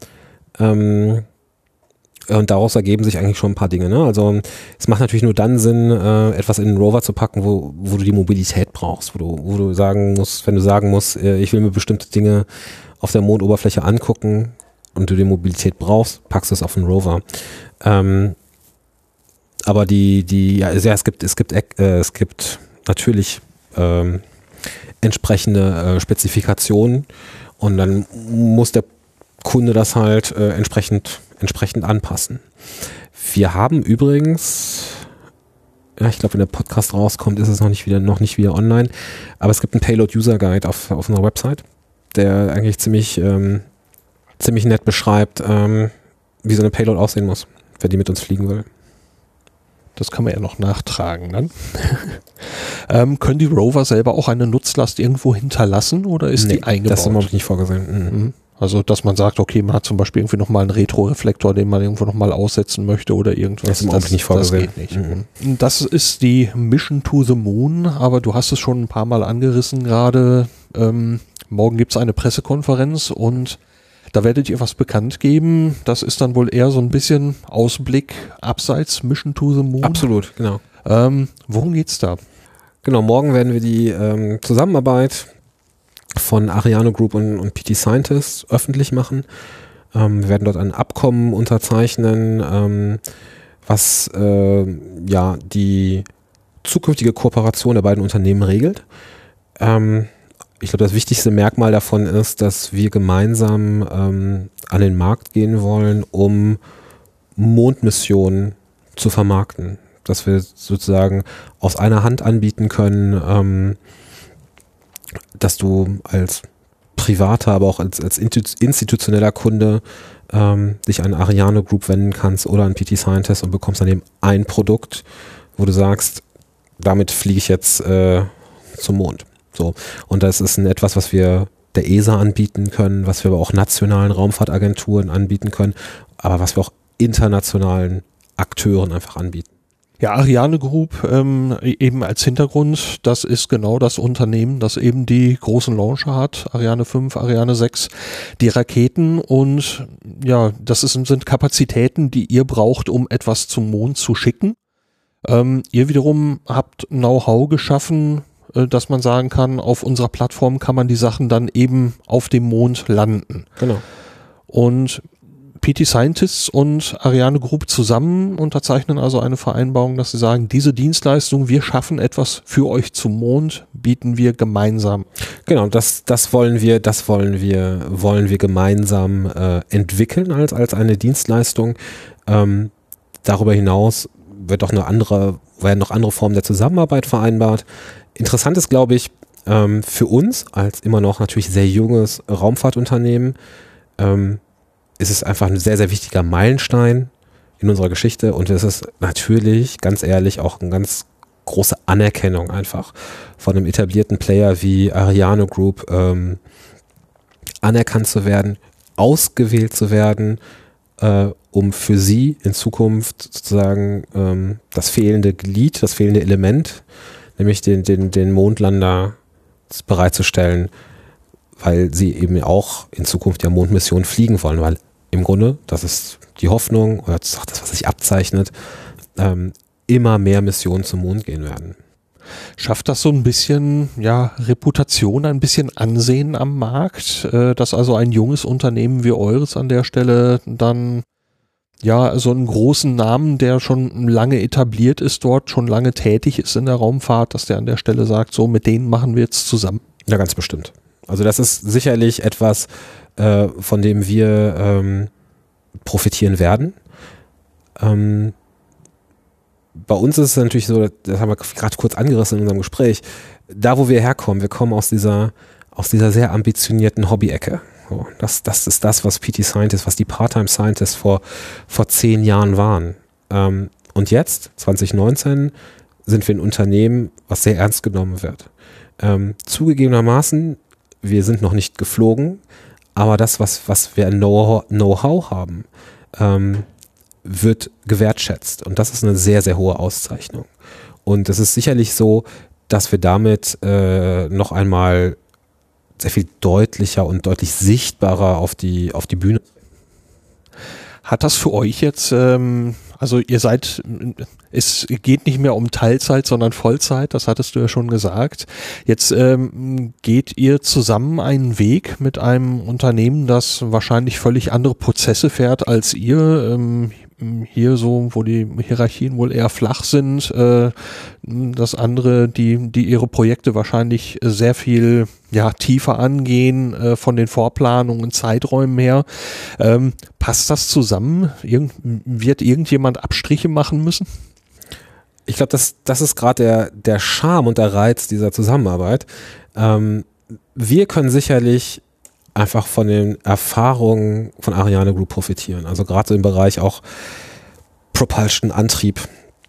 Und daraus ergeben sich eigentlich schon ein paar Dinge. Ne? Also es macht natürlich nur dann Sinn, etwas in den Rover zu packen, wo du die Mobilität brauchst, wo du sagen musst, wenn du sagen musst, ich will mir bestimmte Dinge auf der Mondoberfläche angucken und du die Mobilität brauchst, packst du es auf den Rover. Aber es gibt natürlich entsprechende Spezifikationen, und dann muss der Kunde das halt entsprechend anpassen. Wir haben übrigens, ich glaube, wenn der Podcast rauskommt, ist es noch nicht wieder online, aber es gibt einen Payload-User-Guide auf unserer Website, der eigentlich ziemlich nett beschreibt, wie so eine Payload aussehen muss, wer die mit uns fliegen will. Das kann man ja noch nachtragen dann. Können die Rover selber auch eine Nutzlast irgendwo hinterlassen oder ist die eingebaut? Das ist überhaupt nicht vorgesehen. Also, dass man sagt, okay, man hat zum Beispiel irgendwie nochmal einen Retroreflektor, den man irgendwo nochmal aussetzen möchte oder irgendwas. Das ist überhaupt nicht vorgesehen. Das geht nicht. Das ist die Mission to the Moon, aber du hast es schon ein paar Mal angerissen gerade. Morgen gibt es eine Pressekonferenz und da werdet ihr was bekannt geben. Das ist dann wohl eher so ein bisschen Ausblick abseits Mission to the Moon. Absolut, genau. Worum geht's da? Genau, morgen werden wir die Zusammenarbeit von Ariane Group und PT Scientist öffentlich machen. Wir werden dort ein Abkommen unterzeichnen, was die zukünftige Kooperation der beiden Unternehmen regelt. Ich glaube, das wichtigste Merkmal davon ist, dass wir gemeinsam an den Markt gehen wollen, um Mondmissionen zu vermarkten. Dass wir sozusagen aus einer Hand anbieten können, dass du als privater, aber auch als institutioneller Kunde dich an Ariane Group wenden kannst oder an PT Scientist und bekommst dann eben ein Produkt, wo du sagst, damit fliege ich jetzt zum Mond. So. Und das ist etwas, was wir der ESA anbieten können, was wir aber auch nationalen Raumfahrtagenturen anbieten können, aber was wir auch internationalen Akteuren einfach anbieten. Ja, Ariane Group eben als Hintergrund, das ist genau das Unternehmen, das eben die großen Launcher hat, Ariane 5, Ariane 6, die Raketen und ja, das sind Kapazitäten, die ihr braucht, um etwas zum Mond zu schicken. Ihr wiederum habt Know-how geschaffen, dass man sagen kann, auf unserer Plattform kann man die Sachen dann eben auf dem Mond landen. Genau. Und PT Scientists und Ariane Group zusammen unterzeichnen also eine Vereinbarung, dass sie sagen, diese Dienstleistung, wir schaffen etwas für euch zum Mond, bieten wir gemeinsam. Genau, das wollen wir gemeinsam entwickeln als eine Dienstleistung. Darüber hinaus werden noch andere Formen der Zusammenarbeit vereinbart. Interessant ist, glaube ich, für uns als immer noch natürlich sehr junges Raumfahrtunternehmen, ist es einfach ein sehr, sehr wichtiger Meilenstein in unserer Geschichte und es ist natürlich, ganz ehrlich, auch eine ganz große Anerkennung einfach von einem etablierten Player wie Ariane Group anerkannt zu werden, ausgewählt zu werden, um für sie in Zukunft sozusagen das fehlende Glied, das fehlende Element, nämlich den Mondlander bereitzustellen, weil sie eben auch in Zukunft ja Mondmissionen fliegen wollen, weil im Grunde, das ist die Hoffnung, oder das, was sich abzeichnet, immer mehr Missionen zum Mond gehen werden. Schafft das so ein bisschen Reputation, ein bisschen Ansehen am Markt, dass also ein junges Unternehmen wie eures an der Stelle dann so einen großen Namen, der schon lange etabliert ist dort, schon lange tätig ist in der Raumfahrt, dass der an der Stelle sagt, so mit denen machen wir jetzt zusammen? Ja, ganz bestimmt. Also das ist sicherlich etwas, von dem wir profitieren werden. Bei uns ist es natürlich so, das haben wir gerade kurz angerissen in unserem Gespräch, da wo wir herkommen, wir kommen aus dieser sehr ambitionierten Hobby-Ecke. So, das ist das, was PT Scientists, was die Part-Time Scientists vor 10 Jahren waren. Und jetzt, 2019, sind wir ein Unternehmen, was sehr ernst genommen wird. Zugegebenermaßen, wir sind noch nicht geflogen, aber das, was wir an Know-how haben, wird gewertschätzt. Und das ist eine sehr, sehr hohe Auszeichnung. Und es ist sicherlich so, dass wir damit noch einmal sehr viel deutlicher und deutlich sichtbarer auf die Bühne. Hat das für euch jetzt, also ihr seid, es geht nicht mehr um Teilzeit, sondern Vollzeit, das hattest du ja schon gesagt. Jetzt geht ihr zusammen einen Weg mit einem Unternehmen, das wahrscheinlich völlig andere Prozesse fährt als ihr. Hier so, wo die Hierarchien wohl eher flach sind, das andere, die ihre Projekte wahrscheinlich sehr viel tiefer angehen, von den Vorplanungen, Zeiträumen her. Passt das zusammen? Wird irgendjemand Abstriche machen müssen? Ich glaube, das ist gerade der Charme und der Reiz dieser Zusammenarbeit. Wir können sicherlich einfach von den Erfahrungen von Ariane Group profitieren. Also gerade so im Bereich auch Propulsion, Antrieb.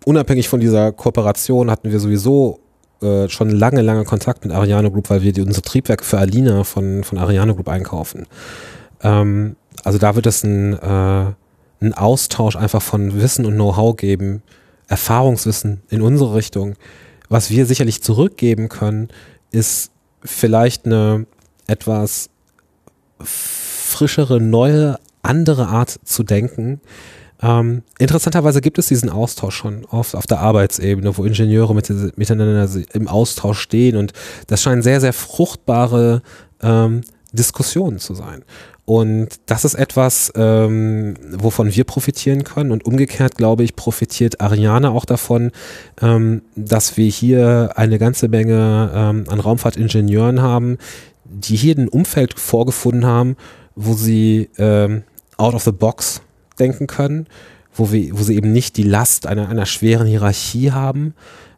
unabhängig von dieser Kooperation hatten wir sowieso schon lange Kontakt mit Ariane Group, weil wir unsere Triebwerke für Alina von Ariane Group einkaufen. Also da wird es einen Austausch einfach von Wissen und Know-how geben, Erfahrungswissen in unsere Richtung. Was wir sicherlich zurückgeben können, ist vielleicht eine etwas frischere, neue, andere Art zu denken. Interessanterweise gibt es diesen Austausch schon auf der Arbeitsebene, wo Ingenieure miteinander im Austausch stehen, und das scheinen sehr, sehr fruchtbare Diskussionen zu sein. Und das ist etwas, wovon wir profitieren können, und umgekehrt, glaube ich, profitiert Ariane auch davon, dass wir hier eine ganze Menge an Raumfahrtingenieuren haben, die hier ein Umfeld vorgefunden haben, wo sie out of the box denken können, wo sie eben nicht die Last einer schweren Hierarchie haben,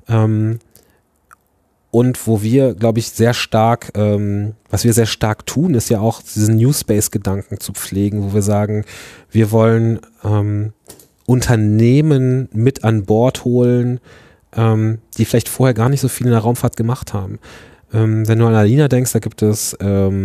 und wo wir, glaube ich, sehr stark, was wir sehr stark tun, ist ja auch diesen New Space-Gedanken zu pflegen, wo wir sagen, wir wollen Unternehmen mit an Bord holen, die vielleicht vorher gar nicht so viel in der Raumfahrt gemacht haben. Wenn du an Alina denkst, da gibt es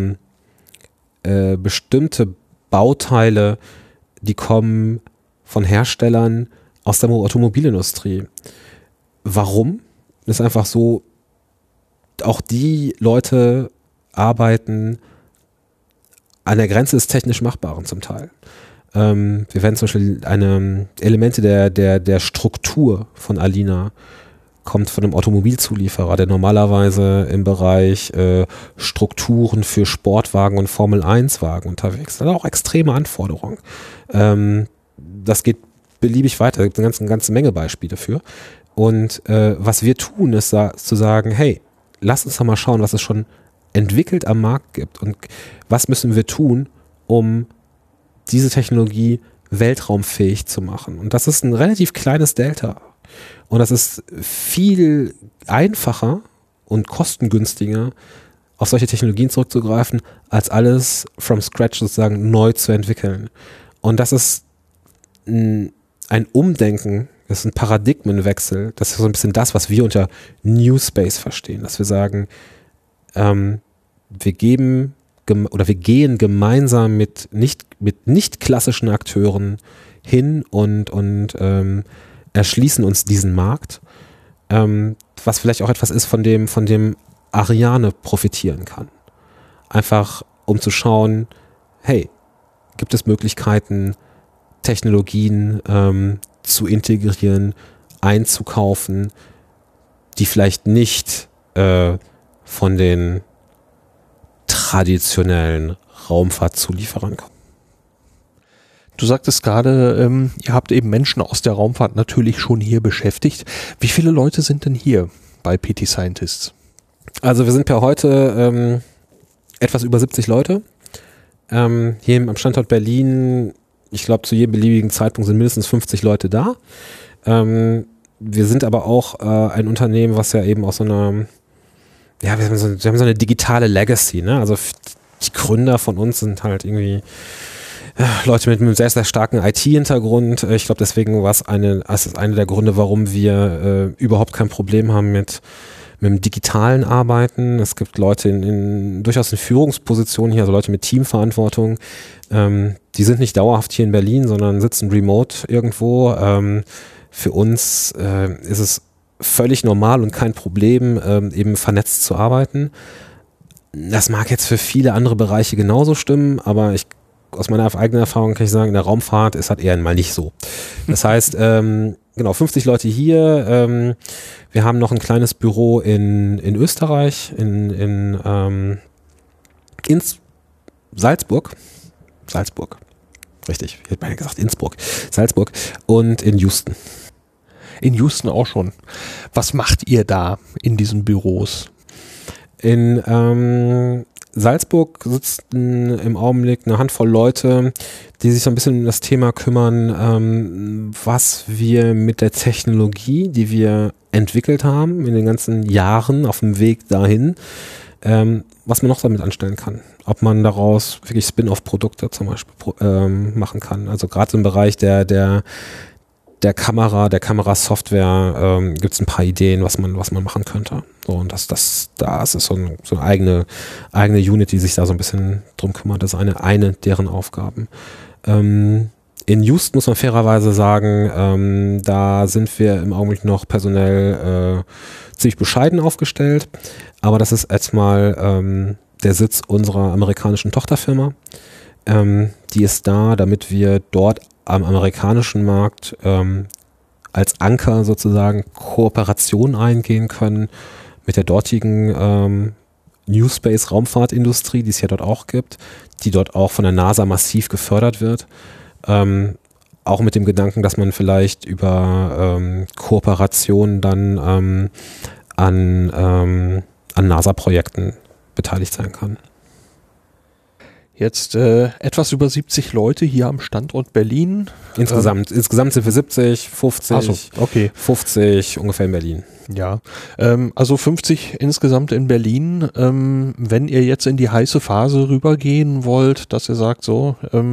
bestimmte Bauteile, die kommen von Herstellern aus der Automobilindustrie. Warum? Das ist einfach so, auch die Leute arbeiten an der Grenze des technisch Machbaren zum Teil. Wir werden zum Beispiel Elemente der Struktur von Alina kommt von einem Automobilzulieferer, der normalerweise im Bereich Strukturen für Sportwagen und Formel-1-Wagen unterwegs ist. Das sind auch extreme Anforderungen. Das geht beliebig weiter. Es gibt eine ganze Menge Beispiele für. Und was wir tun, ist zu sagen, hey, lass uns doch mal schauen, was es schon entwickelt am Markt gibt und was müssen wir tun, um diese Technologie weltraumfähig zu machen. Und das ist ein relativ kleines Delta. Und das ist viel einfacher und kostengünstiger, auf solche Technologien zurückzugreifen, als alles from scratch sozusagen neu zu entwickeln. Und das ist ein Umdenken, das ist ein Paradigmenwechsel. Das ist so ein bisschen das, was wir unter New Space verstehen. Dass wir sagen, wir gehen gemeinsam mit nicht klassischen Akteuren hin und erschließen uns diesen Markt, was vielleicht auch etwas ist, von dem Ariane profitieren kann. Einfach um zu schauen, hey, gibt es Möglichkeiten, Technologien zu integrieren, einzukaufen, die vielleicht nicht von den traditionellen Raumfahrtzulieferern kommen. Du sagtest gerade, ihr habt eben Menschen aus der Raumfahrt natürlich schon hier beschäftigt. Wie viele Leute sind denn hier bei PT Scientists? Also wir sind per heute etwas über 70 Leute. Hier am Standort Berlin, ich glaube zu jedem beliebigen Zeitpunkt sind mindestens 50 Leute da. Wir sind aber auch ein Unternehmen, was ja eben aus so einer, ja, wir haben so eine digitale Legacy, ne? Also die Gründer von uns sind halt irgendwie Leute mit einem sehr, sehr starken IT-Hintergrund. Ich glaube, deswegen war es einer der Gründe, warum wir überhaupt kein Problem haben mit dem digitalen Arbeiten. Es gibt Leute durchaus in Führungspositionen hier, also Leute mit Teamverantwortung. Die sind nicht dauerhaft hier in Berlin, sondern sitzen remote irgendwo. Für uns ist es völlig normal und kein Problem, eben vernetzt zu arbeiten. Das mag jetzt für viele andere Bereiche genauso stimmen, aber aus meiner eigenen Erfahrung kann ich sagen, in der Raumfahrt ist das eher mal nicht so. Das heißt, genau, 50 Leute hier. Wir haben noch ein kleines Büro in Österreich, in Salzburg. Richtig, ich hätte mal gesagt Innsbruck. Salzburg und in Houston. In Houston auch schon. Was macht ihr da in diesen Büros? In Salzburg sitzen im Augenblick eine Handvoll Leute, die sich so ein bisschen um das Thema kümmern, was wir mit der Technologie, die wir entwickelt haben in den ganzen Jahren auf dem Weg dahin, was man noch damit anstellen kann. Ob man daraus wirklich Spin-off-Produkte zum Beispiel machen kann. Also gerade im Bereich der der Kamerasoftware gibt es ein paar Ideen, was man machen könnte. So, und das ist so eine eigene Unit, die sich da so ein bisschen drum kümmert. Das ist eine deren Aufgaben. In Houston muss man fairerweise sagen, da sind wir im Augenblick noch personell ziemlich bescheiden aufgestellt. Aber das ist erstmal der Sitz unserer amerikanischen Tochterfirma. Die ist da, damit wir dort am amerikanischen Markt als Anker sozusagen Kooperation eingehen können mit der dortigen New Space Raumfahrtindustrie, die es ja dort auch gibt, die dort auch von der NASA massiv gefördert wird. Auch mit dem Gedanken, dass man vielleicht über Kooperationen dann an NASA-Projekten beteiligt sein kann. Jetzt etwas über 70 Leute hier am Standort Berlin. Insgesamt sind wir 70, 50, Ach so, okay. 50 ungefähr in Berlin. Ja, also 50 insgesamt in Berlin. Wenn ihr jetzt in die heiße Phase rübergehen wollt, dass ihr sagt, so,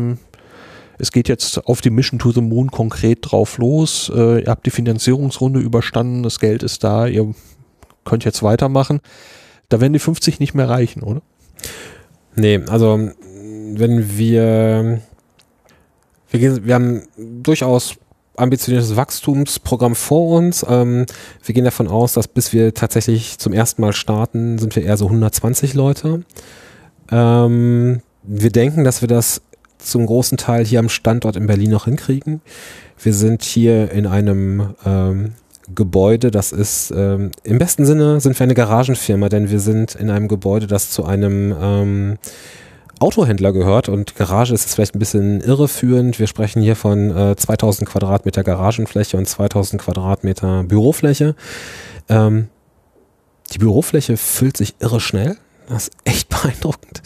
es geht jetzt auf die Mission to the Moon konkret drauf los, ihr habt die Finanzierungsrunde überstanden, das Geld ist da, ihr könnt jetzt weitermachen, da werden die 50 nicht mehr reichen, oder? Nee, also wenn wir haben durchaus ambitioniertes Wachstumsprogramm vor uns. Wir gehen davon aus, dass bis wir tatsächlich zum ersten Mal starten, sind wir eher so 120 Leute. Wir denken, dass wir das zum großen Teil hier am Standort in Berlin noch hinkriegen. Wir sind hier in einem Gebäude, das ist im besten Sinne sind wir eine Garagenfirma, denn wir sind in einem Gebäude, das zu einem Autohändler gehört, und Garage ist jetzt vielleicht ein bisschen irreführend. Wir sprechen hier von 2000 Quadratmeter Garagenfläche und 2000 Quadratmeter Bürofläche. Die Bürofläche füllt sich irre schnell. Das ist echt beeindruckend.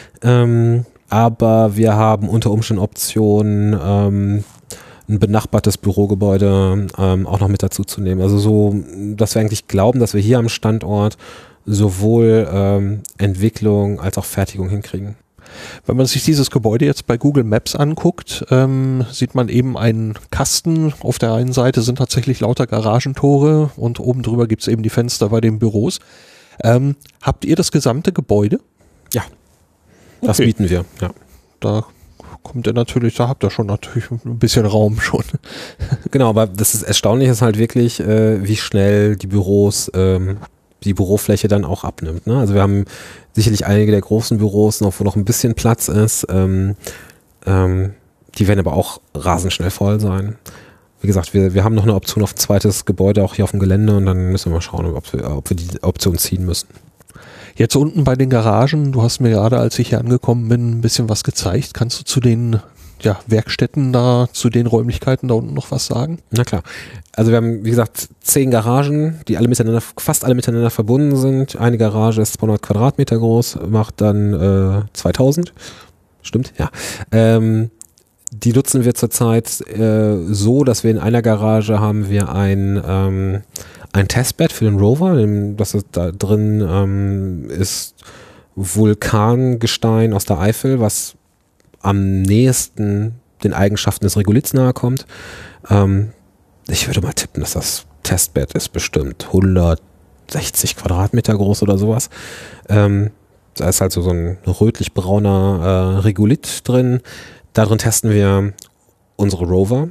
Aber wir haben unter Umständen Optionen, ein benachbartes Bürogebäude auch noch mit dazu zu nehmen. Also so, dass wir eigentlich glauben, dass wir hier am Standort sowohl Entwicklung als auch Fertigung hinkriegen. Wenn man sich dieses Gebäude jetzt bei Google Maps anguckt, sieht man eben einen Kasten. Auf der einen Seite sind tatsächlich lauter Garagentore und oben drüber gibt es eben die Fenster bei den Büros. Habt ihr das gesamte Gebäude? Ja, das bieten wir. Ja. Da kommt ihr natürlich, da habt ihr schon natürlich ein bisschen Raum schon. Genau, aber das ist erstaunlich, ist halt wirklich, wie schnell die Büros die Bürofläche dann auch abnimmt. Ne? Also wir haben sicherlich einige der großen Büros noch, wo noch ein bisschen Platz ist. Die werden aber auch rasend schnell voll sein. Wie gesagt, wir haben noch eine Option auf ein zweites Gebäude auch hier auf dem Gelände, und dann müssen wir mal schauen, ob wir die Option ziehen müssen. Jetzt unten bei den Garagen, du hast mir gerade, als ich hier angekommen bin, ein bisschen was gezeigt. Kannst du zu den Werkstätten da, zu den Räumlichkeiten da unten noch was sagen? Na klar. Also wir haben, wie gesagt, 10 Garagen, die fast alle miteinander verbunden sind. Eine Garage ist 200 Quadratmeter groß, macht dann 2000. Stimmt, ja. Die nutzen wir zurzeit so, dass wir in einer Garage haben wir ein Testbed für den Rover. Das ist da drin ist Vulkangestein aus der Eifel, was am nächsten den Eigenschaften des Regoliths nahe kommt. Ich würde mal tippen, dass das Testbed ist bestimmt 160 Quadratmeter groß oder sowas. Da ist halt so ein rötlich-brauner Regolith drin. Darin testen wir unsere Rover.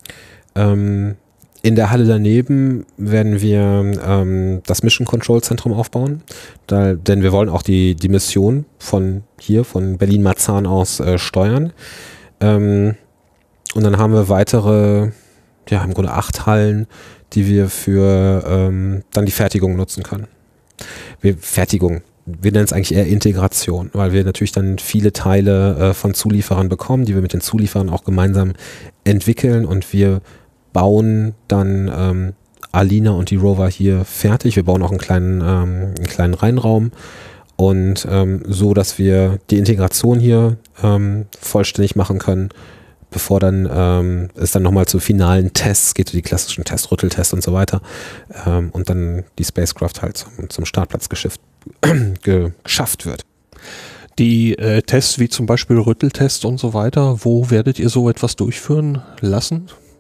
In der Halle daneben werden wir das Mission Control Zentrum aufbauen, denn wir wollen auch die Mission von Berlin-Marzahn aus steuern. Und dann haben wir weitere, im Grunde 8 Hallen, die wir für dann die Fertigung nutzen können. Wir nennen es eigentlich eher Integration, weil wir natürlich dann viele Teile von Zulieferern bekommen, die wir mit den Zulieferern auch gemeinsam entwickeln, und wir bauen dann Alina und die Rover hier fertig. Wir bauen auch einen kleinen Reinraum, und so, dass wir die Integration hier vollständig machen können, bevor dann es dann nochmal zu finalen Tests geht, die klassischen Tests, Rütteltests und so weiter, und dann die Spacecraft halt zum Startplatz geschafft wird. Die Tests wie zum Beispiel Rütteltest und so weiter, wo werdet ihr so etwas durchführen lassen?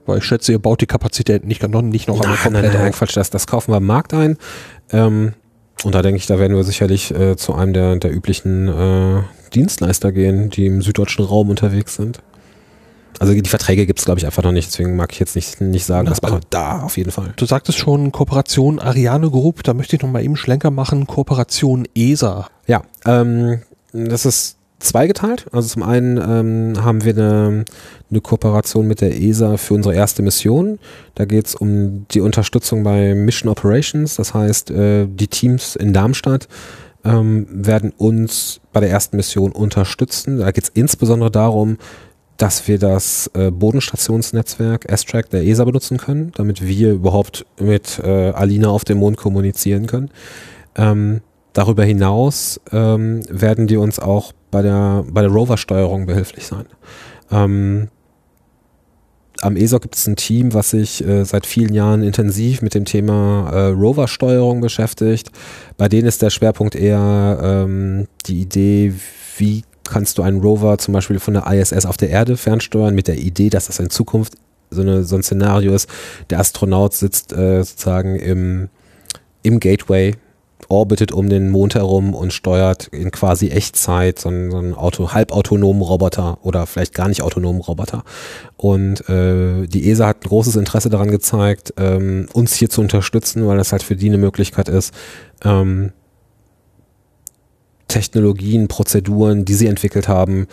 Weil ich schätze, ihr baut die Kapazitäten nicht noch einmal komplett Nein, auf. Quatsch, das kaufen wir am Markt ein. Und da denke ich, da werden wir sicherlich zu einem der üblichen Dienstleister gehen, die im süddeutschen Raum unterwegs sind. Also die Verträge gibt es, glaube ich, einfach noch nicht, deswegen mag ich jetzt nicht sagen, das machen wir da auf jeden Fall. Du sagtest schon Kooperation Ariane Group, da möchte ich noch mal eben Schlenker machen, Kooperation ESA. Ja, das ist zweigeteilt. Also zum einen haben wir eine Kooperation mit der ESA für unsere erste Mission. Da geht es um die Unterstützung bei Mission Operations. Das heißt, die Teams in Darmstadt werden uns bei der ersten Mission unterstützen. Da geht es insbesondere darum, dass wir das Bodenstationsnetzwerk S-Track der ESA benutzen können, damit wir überhaupt mit Alina auf dem Mond kommunizieren können. Darüber hinaus werden die uns auch bei der Rover-Steuerung behilflich sein. Am ESA gibt es ein Team, was sich seit vielen Jahren intensiv mit dem Thema Rover-Steuerung beschäftigt. Bei denen ist der Schwerpunkt eher die Idee, wie kannst du einen Rover zum Beispiel von der ISS auf der Erde fernsteuern, mit der Idee, dass das in Zukunft so ein Szenario ist. Der Astronaut sitzt sozusagen im Gateway, orbitet um den Mond herum und steuert in quasi Echtzeit so einen halbautonomen Roboter oder vielleicht gar nicht autonomen Roboter. Und die ESA hat ein großes Interesse daran gezeigt, uns hier zu unterstützen, weil das halt für die eine Möglichkeit ist, Technologien, Prozeduren, die sie entwickelt haben,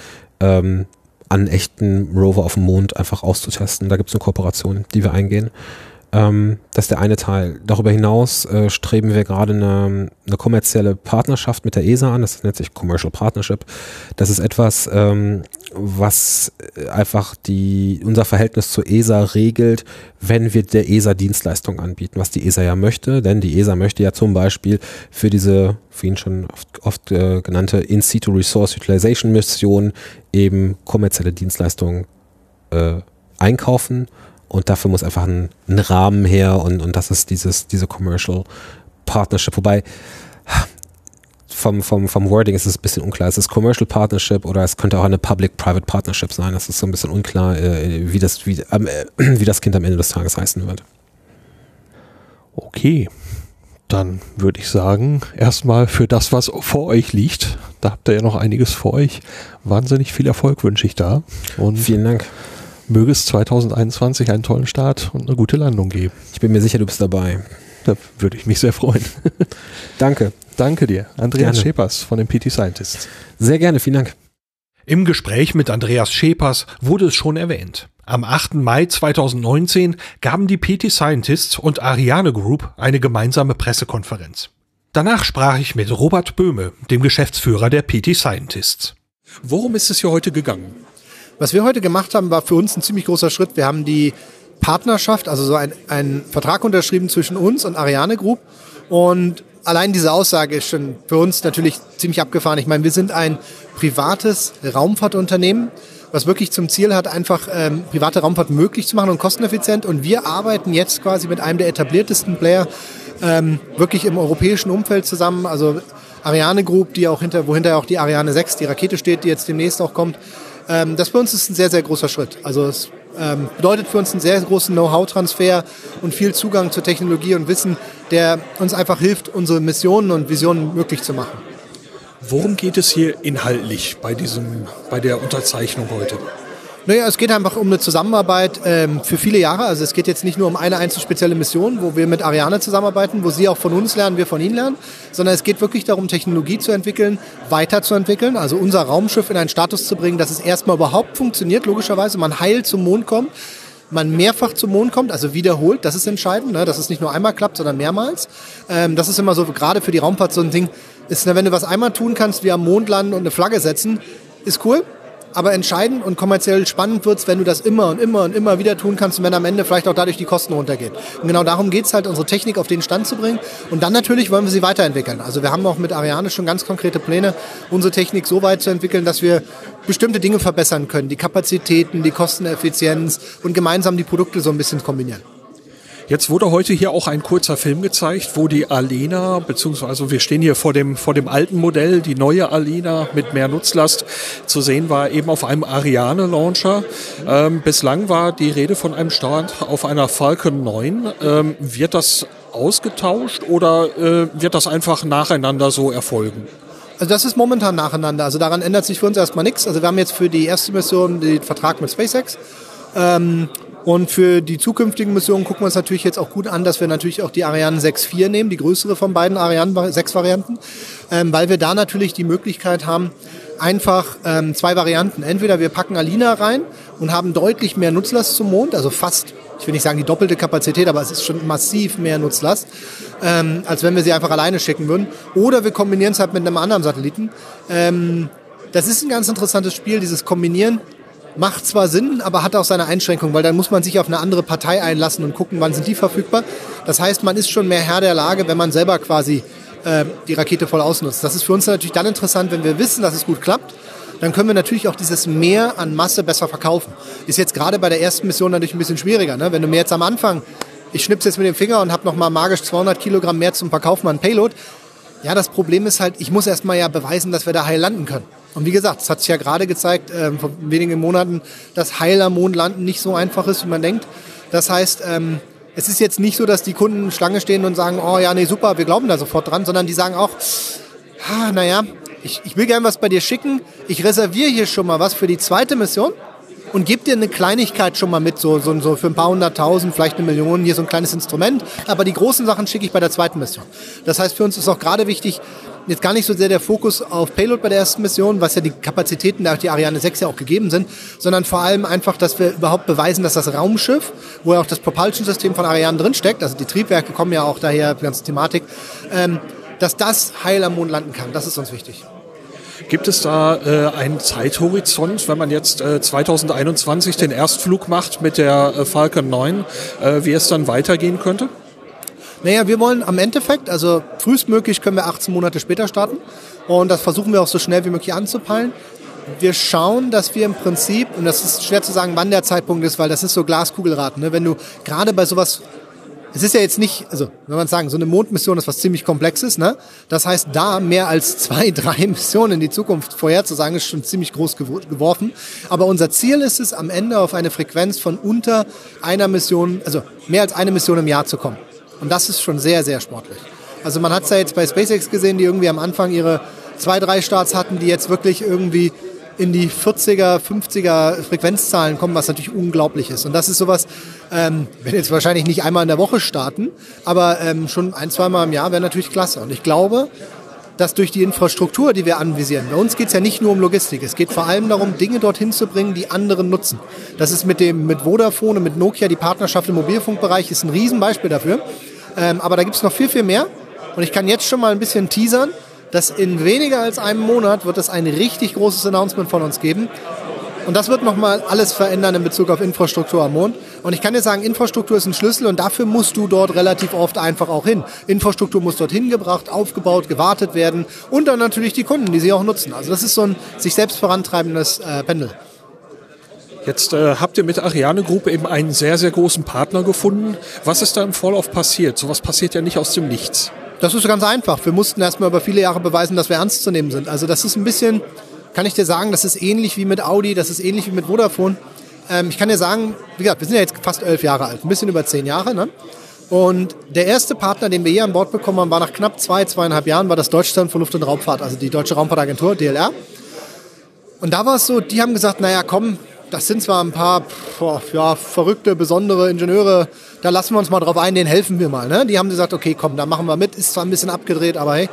an echten Rover auf dem Mond einfach auszutesten. Da gibt es eine Kooperation, die wir eingehen. Das ist der eine Teil. Darüber hinaus streben wir gerade eine kommerzielle Partnerschaft mit der ESA an. Das nennt sich Commercial Partnership. Das ist etwas, was einfach unser Verhältnis zur ESA regelt, wenn wir der ESA Dienstleistungen anbieten, was die ESA ja möchte. Denn die ESA möchte ja zum Beispiel für diese, für ihn schon oft genannte In-Situ Resource Utilization Mission eben kommerzielle Dienstleistungen einkaufen. Und dafür muss einfach ein Rahmen her und das ist diese Commercial Partnership. Wobei vom Wording ist es ein bisschen unklar. Es ist Commercial Partnership oder es könnte auch eine Public-Private Partnership sein. Das ist so ein bisschen unklar, wie das Kind am Ende des Tages heißen wird. Okay, dann würde ich sagen, erstmal für das, was vor euch liegt, da habt ihr ja noch einiges vor euch. Wahnsinnig viel Erfolg wünsche ich da. Und vielen Dank. Möge es 2021 einen tollen Start und eine gute Landung geben. Ich bin mir sicher, du bist dabei. Da würde ich mich sehr freuen. Danke. Danke dir. Andreas Gerne. Schepers von den PT Scientists. Sehr gerne, vielen Dank. Im Gespräch mit Andreas Schepers wurde es schon erwähnt. Am 8. Mai 2019 gaben die PT Scientists und Ariane Group eine gemeinsame Pressekonferenz. Danach sprach ich mit Robert Böhme, dem Geschäftsführer der PT Scientists. Worum ist es hier heute gegangen? Was wir heute gemacht haben, war für uns ein ziemlich großer Schritt. Wir haben die Partnerschaft, also so einen Vertrag unterschrieben zwischen uns und Ariane Group. Und allein diese Aussage ist schon für uns natürlich ziemlich abgefahren. Ich meine, wir sind ein privates Raumfahrtunternehmen, was wirklich zum Ziel hat, einfach private Raumfahrt möglich zu machen und kosteneffizient. Und wir arbeiten jetzt quasi mit einem der etabliertesten Player wirklich im europäischen Umfeld zusammen. Also Ariane Group, wo hinterher auch die Ariane 6, die Rakete steht, die jetzt demnächst auch kommt. Das für uns ist ein sehr, sehr großer Schritt. Also es bedeutet für uns einen sehr großen Know-how-Transfer und viel Zugang zur Technologie und Wissen, der uns einfach hilft, unsere Missionen und Visionen möglich zu machen. Worum geht es hier inhaltlich bei der Unterzeichnung heute? Naja, es geht einfach um eine Zusammenarbeit für viele Jahre. Also es geht jetzt nicht nur um eine einzelne spezielle Mission, wo wir mit Ariane zusammenarbeiten, wo sie auch von uns lernen, wir von ihnen lernen, sondern es geht wirklich darum, Technologie zu entwickeln, weiterzuentwickeln, also unser Raumschiff in einen Status zu bringen, dass es erstmal überhaupt funktioniert, logischerweise, man heil zum Mond kommt, man mehrfach zum Mond kommt, also wiederholt, das ist entscheidend, ne? Dass es nicht nur einmal klappt, sondern mehrmals. Das ist immer so, gerade für die Raumfahrt so ein Ding, ist, wenn du was einmal tun kannst, wie am Mond landen und eine Flagge setzen, ist cool. Aber entscheidend und kommerziell spannend wird's, wenn du das immer und immer und immer wieder tun kannst und wenn am Ende vielleicht auch dadurch die Kosten runtergehen. Und genau darum geht's halt, unsere Technik auf den Stand zu bringen. Und dann natürlich wollen wir sie weiterentwickeln. Also wir haben auch mit Ariane schon ganz konkrete Pläne, unsere Technik so weit zu entwickeln, dass wir bestimmte Dinge verbessern können. Die Kapazitäten, die Kosteneffizienz und gemeinsam die Produkte so ein bisschen kombinieren. Jetzt wurde heute hier auch ein kurzer Film gezeigt, wo die Alina, beziehungsweise wir stehen hier vor dem alten Modell, die neue Alina mit mehr Nutzlast zu sehen war, eben auf einem Ariane-Launcher. Bislang war die Rede von einem Start auf einer Falcon 9. Wird das ausgetauscht oder wird das einfach nacheinander so erfolgen? Also das ist momentan nacheinander. Also daran ändert sich für uns erstmal nichts. Also wir haben jetzt für die erste Mission den Vertrag mit SpaceX. Und für die zukünftigen Missionen gucken wir uns natürlich jetzt auch gut an, dass wir natürlich auch die Ariane 6.4 nehmen, die größere von beiden Ariane 6 Varianten, weil wir da natürlich die Möglichkeit haben, einfach zwei Varianten. Entweder wir packen Alina rein und haben deutlich mehr Nutzlast zum Mond, also fast, ich will nicht sagen die doppelte Kapazität, aber es ist schon massiv mehr Nutzlast, als wenn wir sie einfach alleine schicken würden. Oder wir kombinieren es halt mit einem anderen Satelliten. Das ist ein ganz interessantes Spiel, dieses Kombinieren. Macht zwar Sinn, aber hat auch seine Einschränkungen, weil dann muss man sich auf eine andere Partei einlassen und gucken, wann sind die verfügbar. Das heißt, man ist schon mehr Herr der Lage, wenn man selber quasi die Rakete voll ausnutzt. Das ist für uns natürlich dann interessant, wenn wir wissen, dass es gut klappt. Dann können wir natürlich auch dieses Mehr an Masse besser verkaufen. Ist jetzt gerade bei der ersten Mission natürlich ein bisschen schwieriger. Ne? Wenn du mir jetzt am Anfang, ich schnipp's jetzt mit dem Finger und habe nochmal magisch 200 Kilogramm mehr zum Verkaufen an Payload. Ja, das Problem ist halt, ich muss erstmal ja beweisen, dass wir da heil landen können. Und wie gesagt, es hat sich ja gerade gezeigt, vor wenigen Monaten, dass heil am Mond landen nicht so einfach ist, wie man denkt. Das heißt, es ist jetzt nicht so, dass die Kunden Schlange stehen und sagen, oh ja, nee, super, wir glauben da sofort dran, sondern die sagen auch, naja, ich will gern was bei dir schicken, ich reserviere hier schon mal was für die zweite Mission und gebe dir eine Kleinigkeit schon mal mit, so für ein paar 100.000, vielleicht 1 Million, hier so ein kleines Instrument. Aber die großen Sachen schicke ich bei der zweiten Mission. Das heißt, für uns ist auch gerade wichtig, jetzt gar nicht so sehr der Fokus auf Payload bei der ersten Mission, was ja die Kapazitäten der Ariane 6 ja auch gegeben sind, sondern vor allem einfach, dass wir überhaupt beweisen, dass das Raumschiff, wo ja auch das Propulsion-System von Ariane drinsteckt, also die Triebwerke kommen ja auch daher, die ganze Thematik, dass das heil am Mond landen kann. Das ist uns wichtig. Gibt es da einen Zeithorizont, wenn man jetzt 2021 den Erstflug macht mit der Falcon 9, wie es dann weitergehen könnte? Naja, wir wollen am Endeffekt, also frühestmöglich können wir 18 Monate später starten und das versuchen wir auch so schnell wie möglich anzupeilen. Wir schauen, dass wir im Prinzip, und das ist schwer zu sagen, wann der Zeitpunkt ist, weil das ist so Glaskugelraten, ne? Wenn du gerade bei sowas, es ist ja jetzt nicht, also wenn man sagen, so eine Mondmission ist was ziemlich Komplexes, ne? Das heißt, da mehr als 2, 3 Missionen in die Zukunft vorherzusagen, ist schon ziemlich groß geworfen. Aber unser Ziel ist es, am Ende auf eine Frequenz von unter einer Mission, also mehr als eine Mission im Jahr zu kommen. Und das ist schon sehr, sehr sportlich. Also man hat es ja jetzt bei SpaceX gesehen, die irgendwie am Anfang ihre 2, 3 Starts hatten, die jetzt wirklich irgendwie in die 40er, 50er Frequenzzahlen kommen, was natürlich unglaublich ist. Und das ist sowas, wenn jetzt wahrscheinlich nicht einmal in der Woche starten, aber schon 1, 2 Mal im Jahr wäre natürlich klasse. Und ich glaube, dass durch die Infrastruktur, die wir anvisieren, bei uns geht es ja nicht nur um Logistik, es geht vor allem darum, Dinge dorthin zu bringen, die anderen nutzen. Das ist mit Vodafone und mit Nokia, die Partnerschaft im Mobilfunkbereich ist ein Riesenbeispiel dafür. Aber da gibt es noch viel, viel mehr. Und ich kann jetzt schon mal ein bisschen teasern, dass in weniger als einem Monat wird es ein richtig großes Announcement von uns geben. Und das wird nochmal alles verändern in Bezug auf Infrastruktur am Mond. Und ich kann dir sagen, Infrastruktur ist ein Schlüssel und dafür musst du dort relativ oft einfach auch hin. Infrastruktur muss dort hingebracht, aufgebaut, gewartet werden und dann natürlich die Kunden, die sie auch nutzen. Also das ist so ein sich selbst vorantreibendes Pendel. Jetzt habt ihr mit Ariane Group eben einen sehr, sehr großen Partner gefunden. Was ist da im Vorlauf passiert? Sowas passiert ja nicht aus dem Nichts. Das ist ganz einfach. Wir mussten erstmal über viele Jahre beweisen, dass wir ernst zu nehmen sind. Also das ist ein bisschen, kann ich dir sagen, das ist ähnlich wie mit Audi, das ist ähnlich wie mit Vodafone. Ich kann dir sagen, wie gesagt, wir sind ja jetzt fast 11 Jahre alt, ein bisschen über 10 Jahre. Ne? Und der erste Partner, den wir hier an Bord bekommen haben, war nach knapp 2,5 Jahren, war das Deutschland für Luft- und Raumfahrt, also die Deutsche Raumfahrtagentur, DLR. Und da war es so, die haben gesagt, naja komm, das sind zwar ein paar verrückte, besondere Ingenieure, da lassen wir uns mal drauf ein, denen helfen wir mal. Ne? Die haben gesagt, okay, komm, da machen wir mit, ist zwar ein bisschen abgedreht, aber hey.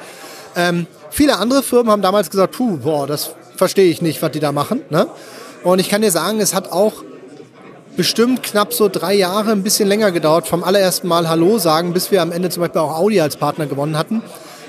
Viele andere Firmen haben damals gesagt, das verstehe ich nicht, was die da machen. Ne? Und ich kann dir sagen, es hat auch bestimmt knapp so 3 Jahre, ein bisschen länger gedauert, vom allerersten Mal Hallo sagen, bis wir am Ende zum Beispiel auch Audi als Partner gewonnen hatten.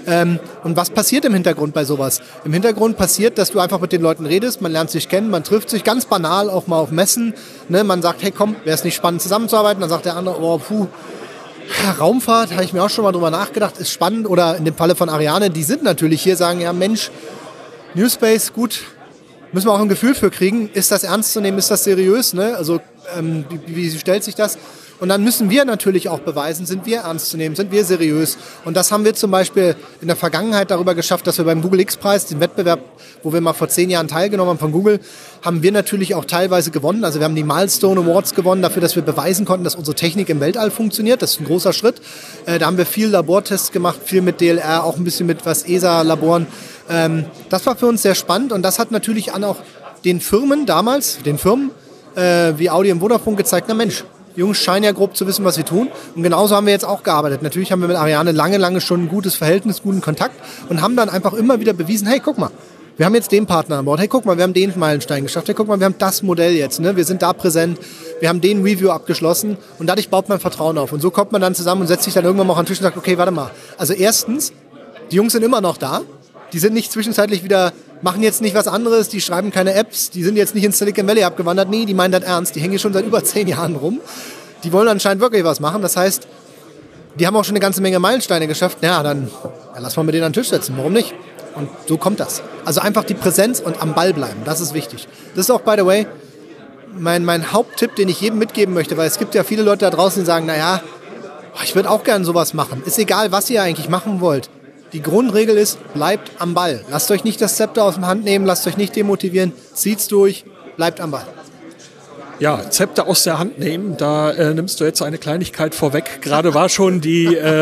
Und was passiert im Hintergrund bei sowas? Im Hintergrund passiert, dass du einfach mit den Leuten redest, man lernt sich kennen, man trifft sich ganz banal auch mal auf Messen. Ne? Man sagt, hey komm, wäre es nicht spannend zusammenzuarbeiten? Dann sagt der andere, Raumfahrt, habe ich mir auch schon mal drüber nachgedacht, ist spannend. Oder in dem Falle von Ariane, die sind natürlich hier, sagen, ja Mensch, New Space, gut, müssen wir auch ein Gefühl für kriegen. Ist das ernst zu nehmen, ist das seriös? Ne? Also wie stellt sich das? Und dann müssen wir natürlich auch beweisen, sind wir ernst zu nehmen, sind wir seriös. Und das haben wir zum Beispiel in der Vergangenheit darüber geschafft, dass wir beim Google X-Preis, den Wettbewerb, wo wir mal vor 10 Jahren teilgenommen haben von Google, haben wir natürlich auch teilweise gewonnen. Also wir haben die Milestone Awards gewonnen dafür, dass wir beweisen konnten, dass unsere Technik im Weltall funktioniert. Das ist ein großer Schritt. Da haben wir viel Labortests gemacht, viel mit DLR, auch ein bisschen mit ESA-Laboren. Das war für uns sehr spannend und das hat natürlich auch den Firmen damals, wie Audi und Vodafone gezeigt, na Mensch, die Jungs scheinen ja grob zu wissen, was sie tun. Und genauso haben wir jetzt auch gearbeitet. Natürlich haben wir mit Ariane lange schon ein gutes Verhältnis, guten Kontakt und haben dann einfach immer wieder bewiesen, hey, guck mal, wir haben jetzt den Partner an Bord, hey, guck mal, wir haben den Meilenstein geschafft, hey, guck mal, wir haben das Modell jetzt, ne? Wir sind da präsent, wir haben den Review abgeschlossen und dadurch baut man Vertrauen auf. Und so kommt man dann zusammen und setzt sich dann irgendwann mal auf den Tisch und sagt, okay, warte mal. Also erstens, die Jungs sind immer noch da. Die sind nicht zwischenzeitlich wieder, machen jetzt nicht was anderes, die schreiben keine Apps, die sind jetzt nicht ins Silicon Valley abgewandert. Nee, die meinen das ernst, die hängen hier schon seit über 10 Jahren rum. Die wollen anscheinend wirklich was machen. Das heißt, die haben auch schon eine ganze Menge Meilensteine geschafft. Ja, dann lass mal mit denen an den Tisch setzen, warum nicht? Und so kommt das. Also einfach die Präsenz und am Ball bleiben, das ist wichtig. Das ist auch, by the way, mein Haupttipp, den ich jedem mitgeben möchte, weil es gibt ja viele Leute da draußen, die sagen, naja, ich würde auch gerne sowas machen. Ist egal, was ihr eigentlich machen wollt. Die Grundregel ist, bleibt am Ball. Lasst euch nicht das Zepter aus der Hand nehmen, lasst euch nicht demotivieren, zieht's durch, bleibt am Ball. Ja, Zepter aus der Hand nehmen, da nimmst du jetzt eine Kleinigkeit vorweg. Gerade war schon die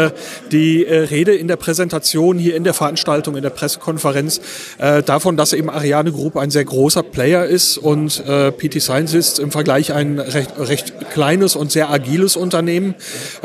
Rede in der Präsentation hier in der Veranstaltung, in der Pressekonferenz, davon, dass eben Ariane Group ein sehr großer Player ist und PT Scientists im Vergleich ein recht kleines und sehr agiles Unternehmen.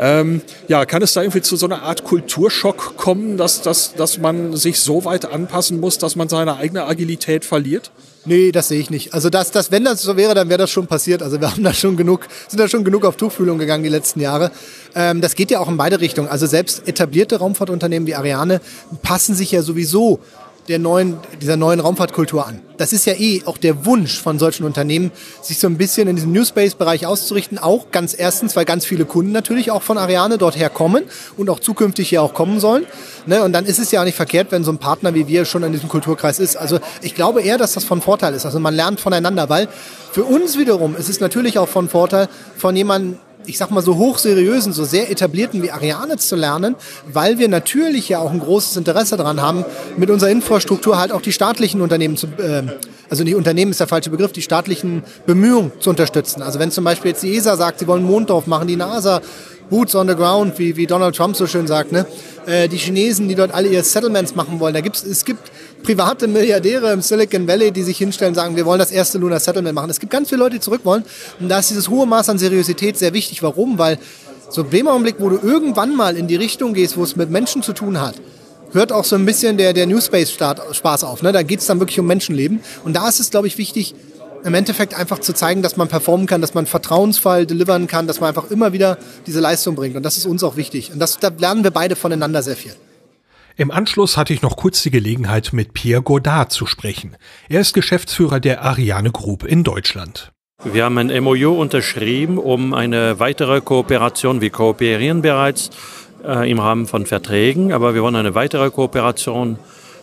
Ja, kann es da irgendwie zu so einer Art Kulturschock kommen, dass man sich so weit anpassen muss, dass man seine eigene Agilität verliert? Nee, das sehe ich nicht. Also wenn das so wäre, dann wäre das schon passiert. Also wir haben sind da schon genug auf Tuchfühlung gegangen die letzten Jahre. Das geht ja auch in beide Richtungen. Also selbst etablierte Raumfahrtunternehmen wie Ariane passen sich ja sowieso dieser neuen Raumfahrtkultur an. Das ist ja auch der Wunsch von solchen Unternehmen, sich so ein bisschen in diesem New Space-Bereich auszurichten. Auch ganz erstens, weil ganz viele Kunden natürlich auch von Ariane dorthin kommen und auch zukünftig hier auch kommen sollen. Ne? Und dann ist es ja auch nicht verkehrt, wenn so ein Partner wie wir schon in diesem Kulturkreis ist. Also ich glaube eher, dass das von Vorteil ist. Also man lernt voneinander, weil für uns wiederum ist es natürlich auch von Vorteil, von jemandem, ich sag mal so hochseriösen, so sehr etablierten wie Ariane zu lernen, weil wir natürlich ja auch ein großes Interesse daran haben, mit unserer Infrastruktur halt auch die staatlichen Unternehmen also die Unternehmen ist der falsche Begriff, die staatlichen Bemühungen zu unterstützen. Also wenn zum Beispiel jetzt die ESA sagt, sie wollen Mond drauf machen, die NASA Boots on the ground, wie Donald Trump so schön sagt, ne? Die Chinesen, die dort alle ihre Settlements machen wollen. Es gibt private Milliardäre im Silicon Valley, die sich hinstellen und sagen, wir wollen das erste Lunar Settlement machen. Es gibt ganz viele Leute, die zurück wollen. Und da ist dieses hohe Maß an Seriosität sehr wichtig. Warum? Weil so im Augenblick, wo du irgendwann mal in die Richtung gehst, wo es mit Menschen zu tun hat, hört auch so ein bisschen der New Space Spaß auf. Ne? Da geht es dann wirklich um Menschenleben. Und da ist es, glaube ich, wichtig, im Endeffekt einfach zu zeigen, dass man performen kann, dass man vertrauensvoll delivern kann, dass man einfach immer wieder diese Leistung bringt. Und das ist uns auch wichtig. Und da lernen wir beide voneinander sehr viel. Im Anschluss hatte ich noch kurz die Gelegenheit, mit Pierre Godard zu sprechen. Er ist Geschäftsführer der Ariane Group in Deutschland. Wir haben ein MOU unterschrieben, um eine weitere Kooperation. Wir kooperieren bereits im Rahmen von Verträgen, aber wir wollen eine weitere Kooperation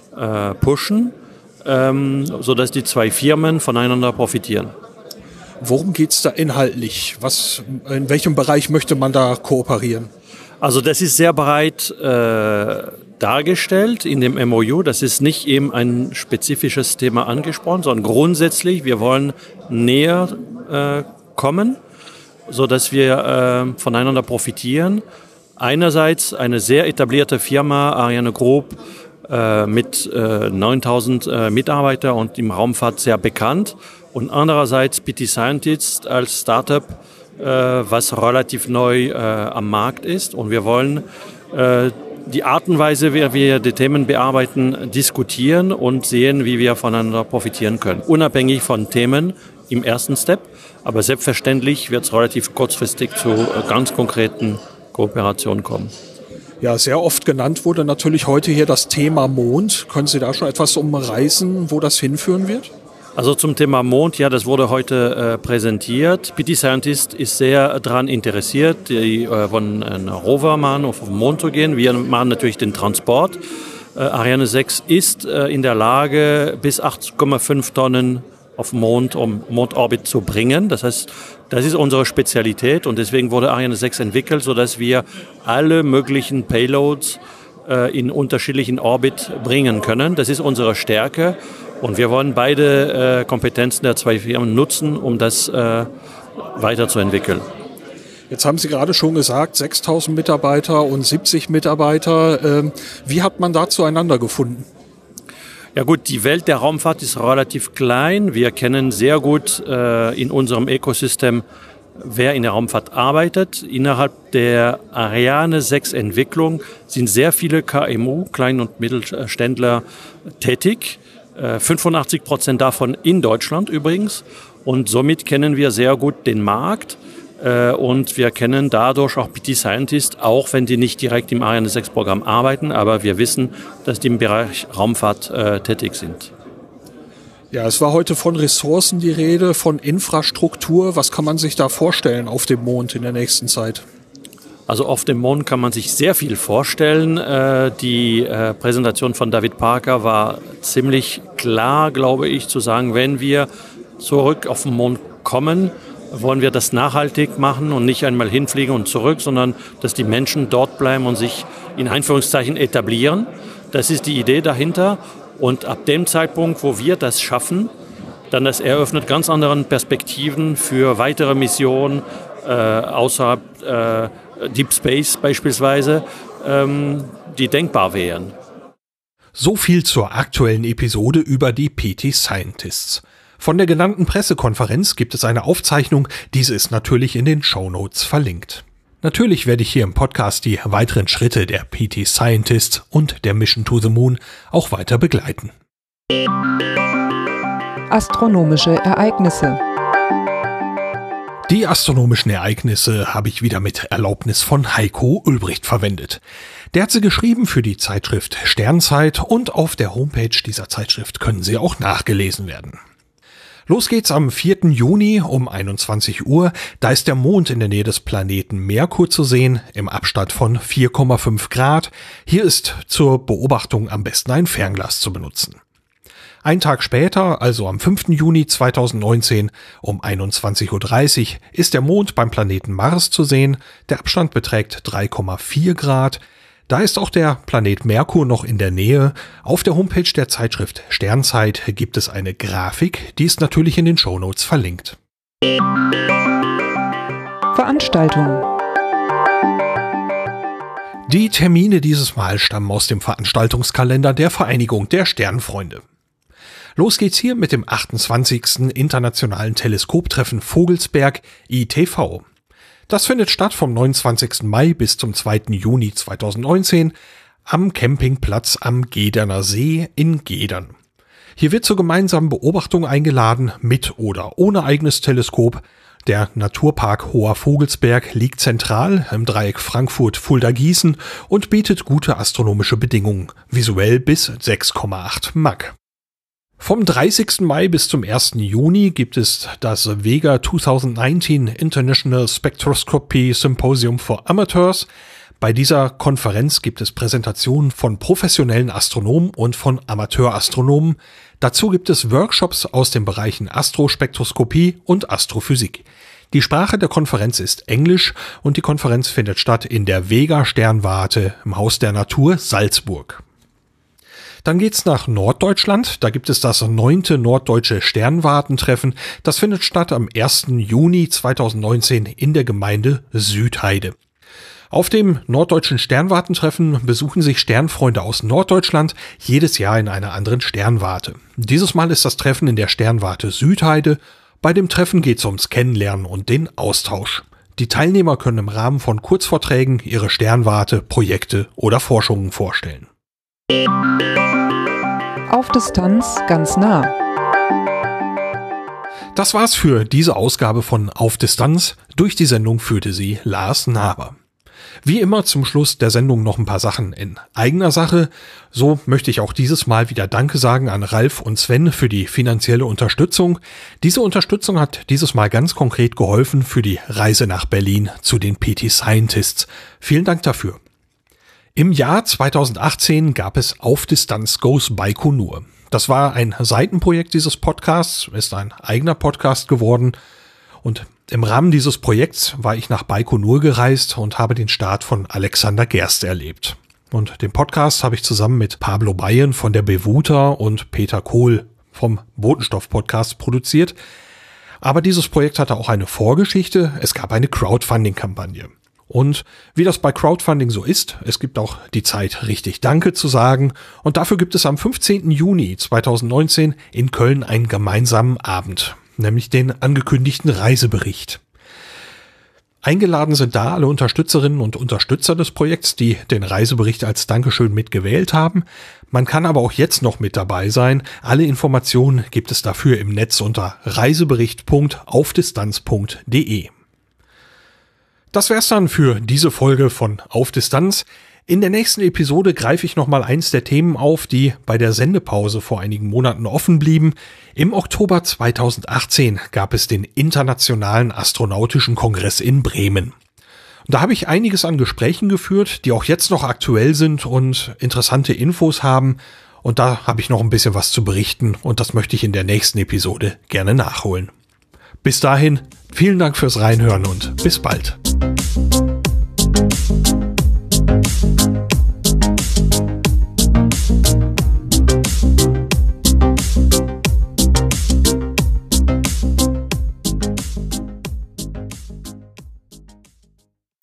pushen, sodass die zwei Firmen voneinander profitieren. Worum geht es da inhaltlich? In welchem Bereich möchte man da kooperieren? Also das ist sehr breit dargestellt in dem MOU. Das ist nicht eben ein spezifisches Thema angesprochen, sondern grundsätzlich, wir wollen näher kommen, sodass wir voneinander profitieren. Einerseits eine sehr etablierte Firma, Ariane Group, mit 9000 Mitarbeitern und im Raumfahrt sehr bekannt. Und andererseits PT Scientists als Startup, was relativ neu am Markt ist. Und wir wollen die Art und Weise, wie wir die Themen bearbeiten, diskutieren und sehen, wie wir voneinander profitieren können. Unabhängig von Themen im ersten Step. Aber selbstverständlich wird es relativ kurzfristig zu ganz konkreten Kooperationen kommen. Ja, sehr oft genannt wurde natürlich heute hier das Thema Mond. Können Sie da schon etwas umreißen, wo das hinführen wird? Also zum Thema Mond, ja, das wurde heute präsentiert. PT Scientist ist sehr daran interessiert, die wollen einen Rover machen, auf den Mond zu gehen. Wir machen natürlich den Transport. Ariane 6 ist in der Lage, bis 8,5 Tonnen auf Mondorbit zu bringen. Das heißt, das ist unsere Spezialität und deswegen wurde Ariane 6 entwickelt, sodass wir alle möglichen Payloads in unterschiedlichen Orbit bringen können. Das ist unsere Stärke und wir wollen beide Kompetenzen der zwei Firmen nutzen, um das weiterzuentwickeln. Jetzt haben Sie gerade schon gesagt, 6.000 Mitarbeiter und 70 Mitarbeiter. Wie hat man da zueinander gefunden? Ja gut, die Welt der Raumfahrt ist relativ klein. Wir kennen sehr gut in unserem Ökosystem, wer in der Raumfahrt arbeitet. Innerhalb der Ariane 6 Entwicklung sind sehr viele KMU, Klein- und Mittelständler, tätig. 85% davon in Deutschland übrigens. Und somit kennen wir sehr gut den Markt. Und wir kennen dadurch auch PT Scientists, auch wenn die nicht direkt im Ariane 6 Programm arbeiten, aber wir wissen, dass die im Bereich Raumfahrt tätig sind. Ja, es war heute von Ressourcen die Rede, von Infrastruktur. Was kann man sich da vorstellen auf dem Mond in der nächsten Zeit? Also auf dem Mond kann man sich sehr viel vorstellen. Die Präsentation von David Parker war ziemlich klar, glaube ich, zu sagen, wenn wir zurück auf den Mond kommen, wollen wir das nachhaltig machen und nicht einmal hinfliegen und zurück, sondern dass die Menschen dort bleiben und sich in Anführungszeichen etablieren. Das ist die Idee dahinter. Und ab dem Zeitpunkt, wo wir das schaffen, dann das eröffnet ganz andere Perspektiven für weitere Missionen außerhalb Deep Space beispielsweise, die denkbar wären. So viel zur aktuellen Episode über die PT Scientists. Von der genannten Pressekonferenz gibt es eine Aufzeichnung, diese ist natürlich in den Shownotes verlinkt. Natürlich werde ich hier im Podcast die weiteren Schritte der PT Scientists und der Mission to the Moon auch weiter begleiten. Astronomische Ereignisse. Die astronomischen Ereignisse habe ich wieder mit Erlaubnis von Heiko Ulbricht verwendet. Der hat sie geschrieben für die Zeitschrift Sternzeit und auf der Homepage dieser Zeitschrift können sie auch nachgelesen werden. Los geht's am 4. Juni um 21 Uhr. Da ist der Mond in der Nähe des Planeten Merkur zu sehen, im Abstand von 4,5 Grad. Hier ist zur Beobachtung am besten ein Fernglas zu benutzen. Ein Tag später, also am 5. Juni 2019 um 21:30 Uhr, ist der Mond beim Planeten Mars zu sehen. Der Abstand beträgt 3,4 Grad. Da ist auch der Planet Merkur noch in der Nähe. Auf der Homepage der Zeitschrift Sternzeit gibt es eine Grafik, die ist natürlich in den Shownotes verlinkt. Veranstaltungen. Die Termine dieses Mal stammen aus dem Veranstaltungskalender der Vereinigung der Sternfreunde. Los geht's hier mit dem 28. Internationalen Teleskoptreffen Vogelsberg ITV. Das findet statt vom 29. Mai bis zum 2. Juni 2019 am Campingplatz am Gederner See in Gedern. Hier wird zur gemeinsamen Beobachtung eingeladen, mit oder ohne eigenes Teleskop. Der Naturpark Hoher Vogelsberg liegt zentral im Dreieck Frankfurt-Fulda-Gießen und bietet gute astronomische Bedingungen, visuell bis 6,8 Mach. Vom 30. Mai bis zum 1. Juni gibt es das Vega 2019 International Spectroscopy Symposium for Amateurs. Bei dieser Konferenz gibt es Präsentationen von professionellen Astronomen und von Amateurastronomen. Dazu gibt es Workshops aus den Bereichen Astrospektroskopie und Astrophysik. Die Sprache der Konferenz ist Englisch und die Konferenz findet statt in der Vega-Sternwarte im Haus der Natur Salzburg. Dann geht's nach Norddeutschland. Da gibt es das 9. Norddeutsche Sternwartentreffen. Das findet statt am 1. Juni 2019 in der Gemeinde Südheide. Auf dem Norddeutschen Sternwartentreffen besuchen sich Sternfreunde aus Norddeutschland jedes Jahr in einer anderen Sternwarte. Dieses Mal ist das Treffen in der Sternwarte Südheide. Bei dem Treffen geht's ums Kennenlernen und den Austausch. Die Teilnehmer können im Rahmen von Kurzvorträgen ihre Sternwarte, Projekte oder Forschungen vorstellen. Auf Distanz ganz nah. Das war's für diese Ausgabe von Auf Distanz. Durch die Sendung führte sie Lars Naber. Wie immer zum Schluss der Sendung noch ein paar Sachen in eigener Sache. So möchte ich auch dieses Mal wieder Danke sagen an Ralf und Sven für die finanzielle Unterstützung. Diese Unterstützung hat dieses Mal ganz konkret geholfen für die Reise nach Berlin zu den PT Scientists. Vielen Dank dafür. Im Jahr 2018 gab es Auf Distanz Goes Baikonur. Das war ein Seitenprojekt dieses Podcasts, ist ein eigener Podcast geworden. Und im Rahmen dieses Projekts war ich nach Baikonur gereist und habe den Start von Alexander Gerst erlebt. Und den Podcast habe ich zusammen mit Pablo Bayen von der Bewuta und Peter Kohl vom Botenstoff-Podcast produziert. Aber dieses Projekt hatte auch eine Vorgeschichte. Es gab eine Crowdfunding-Kampagne. Und wie das bei Crowdfunding so ist, es gibt auch die Zeit, richtig Danke zu sagen. Und dafür gibt es am 15. Juni 2019 in Köln einen gemeinsamen Abend, nämlich den angekündigten Reisebericht. Eingeladen sind da alle Unterstützerinnen und Unterstützer des Projekts, die den Reisebericht als Dankeschön mitgewählt haben. Man kann aber auch jetzt noch mit dabei sein. Alle Informationen gibt es dafür im Netz unter reisebericht.aufdistanz.de. Das wär's dann für diese Folge von Auf Distanz. In der nächsten Episode greife ich nochmal eins der Themen auf, die bei der Sendepause vor einigen Monaten offen blieben. Im Oktober 2018 gab es den Internationalen Astronautischen Kongress in Bremen. Da habe ich einiges an Gesprächen geführt, die auch jetzt noch aktuell sind und interessante Infos haben. Und da habe ich noch ein bisschen was zu berichten und das möchte ich in der nächsten Episode gerne nachholen. Bis dahin, vielen Dank fürs Reinhören und bis bald.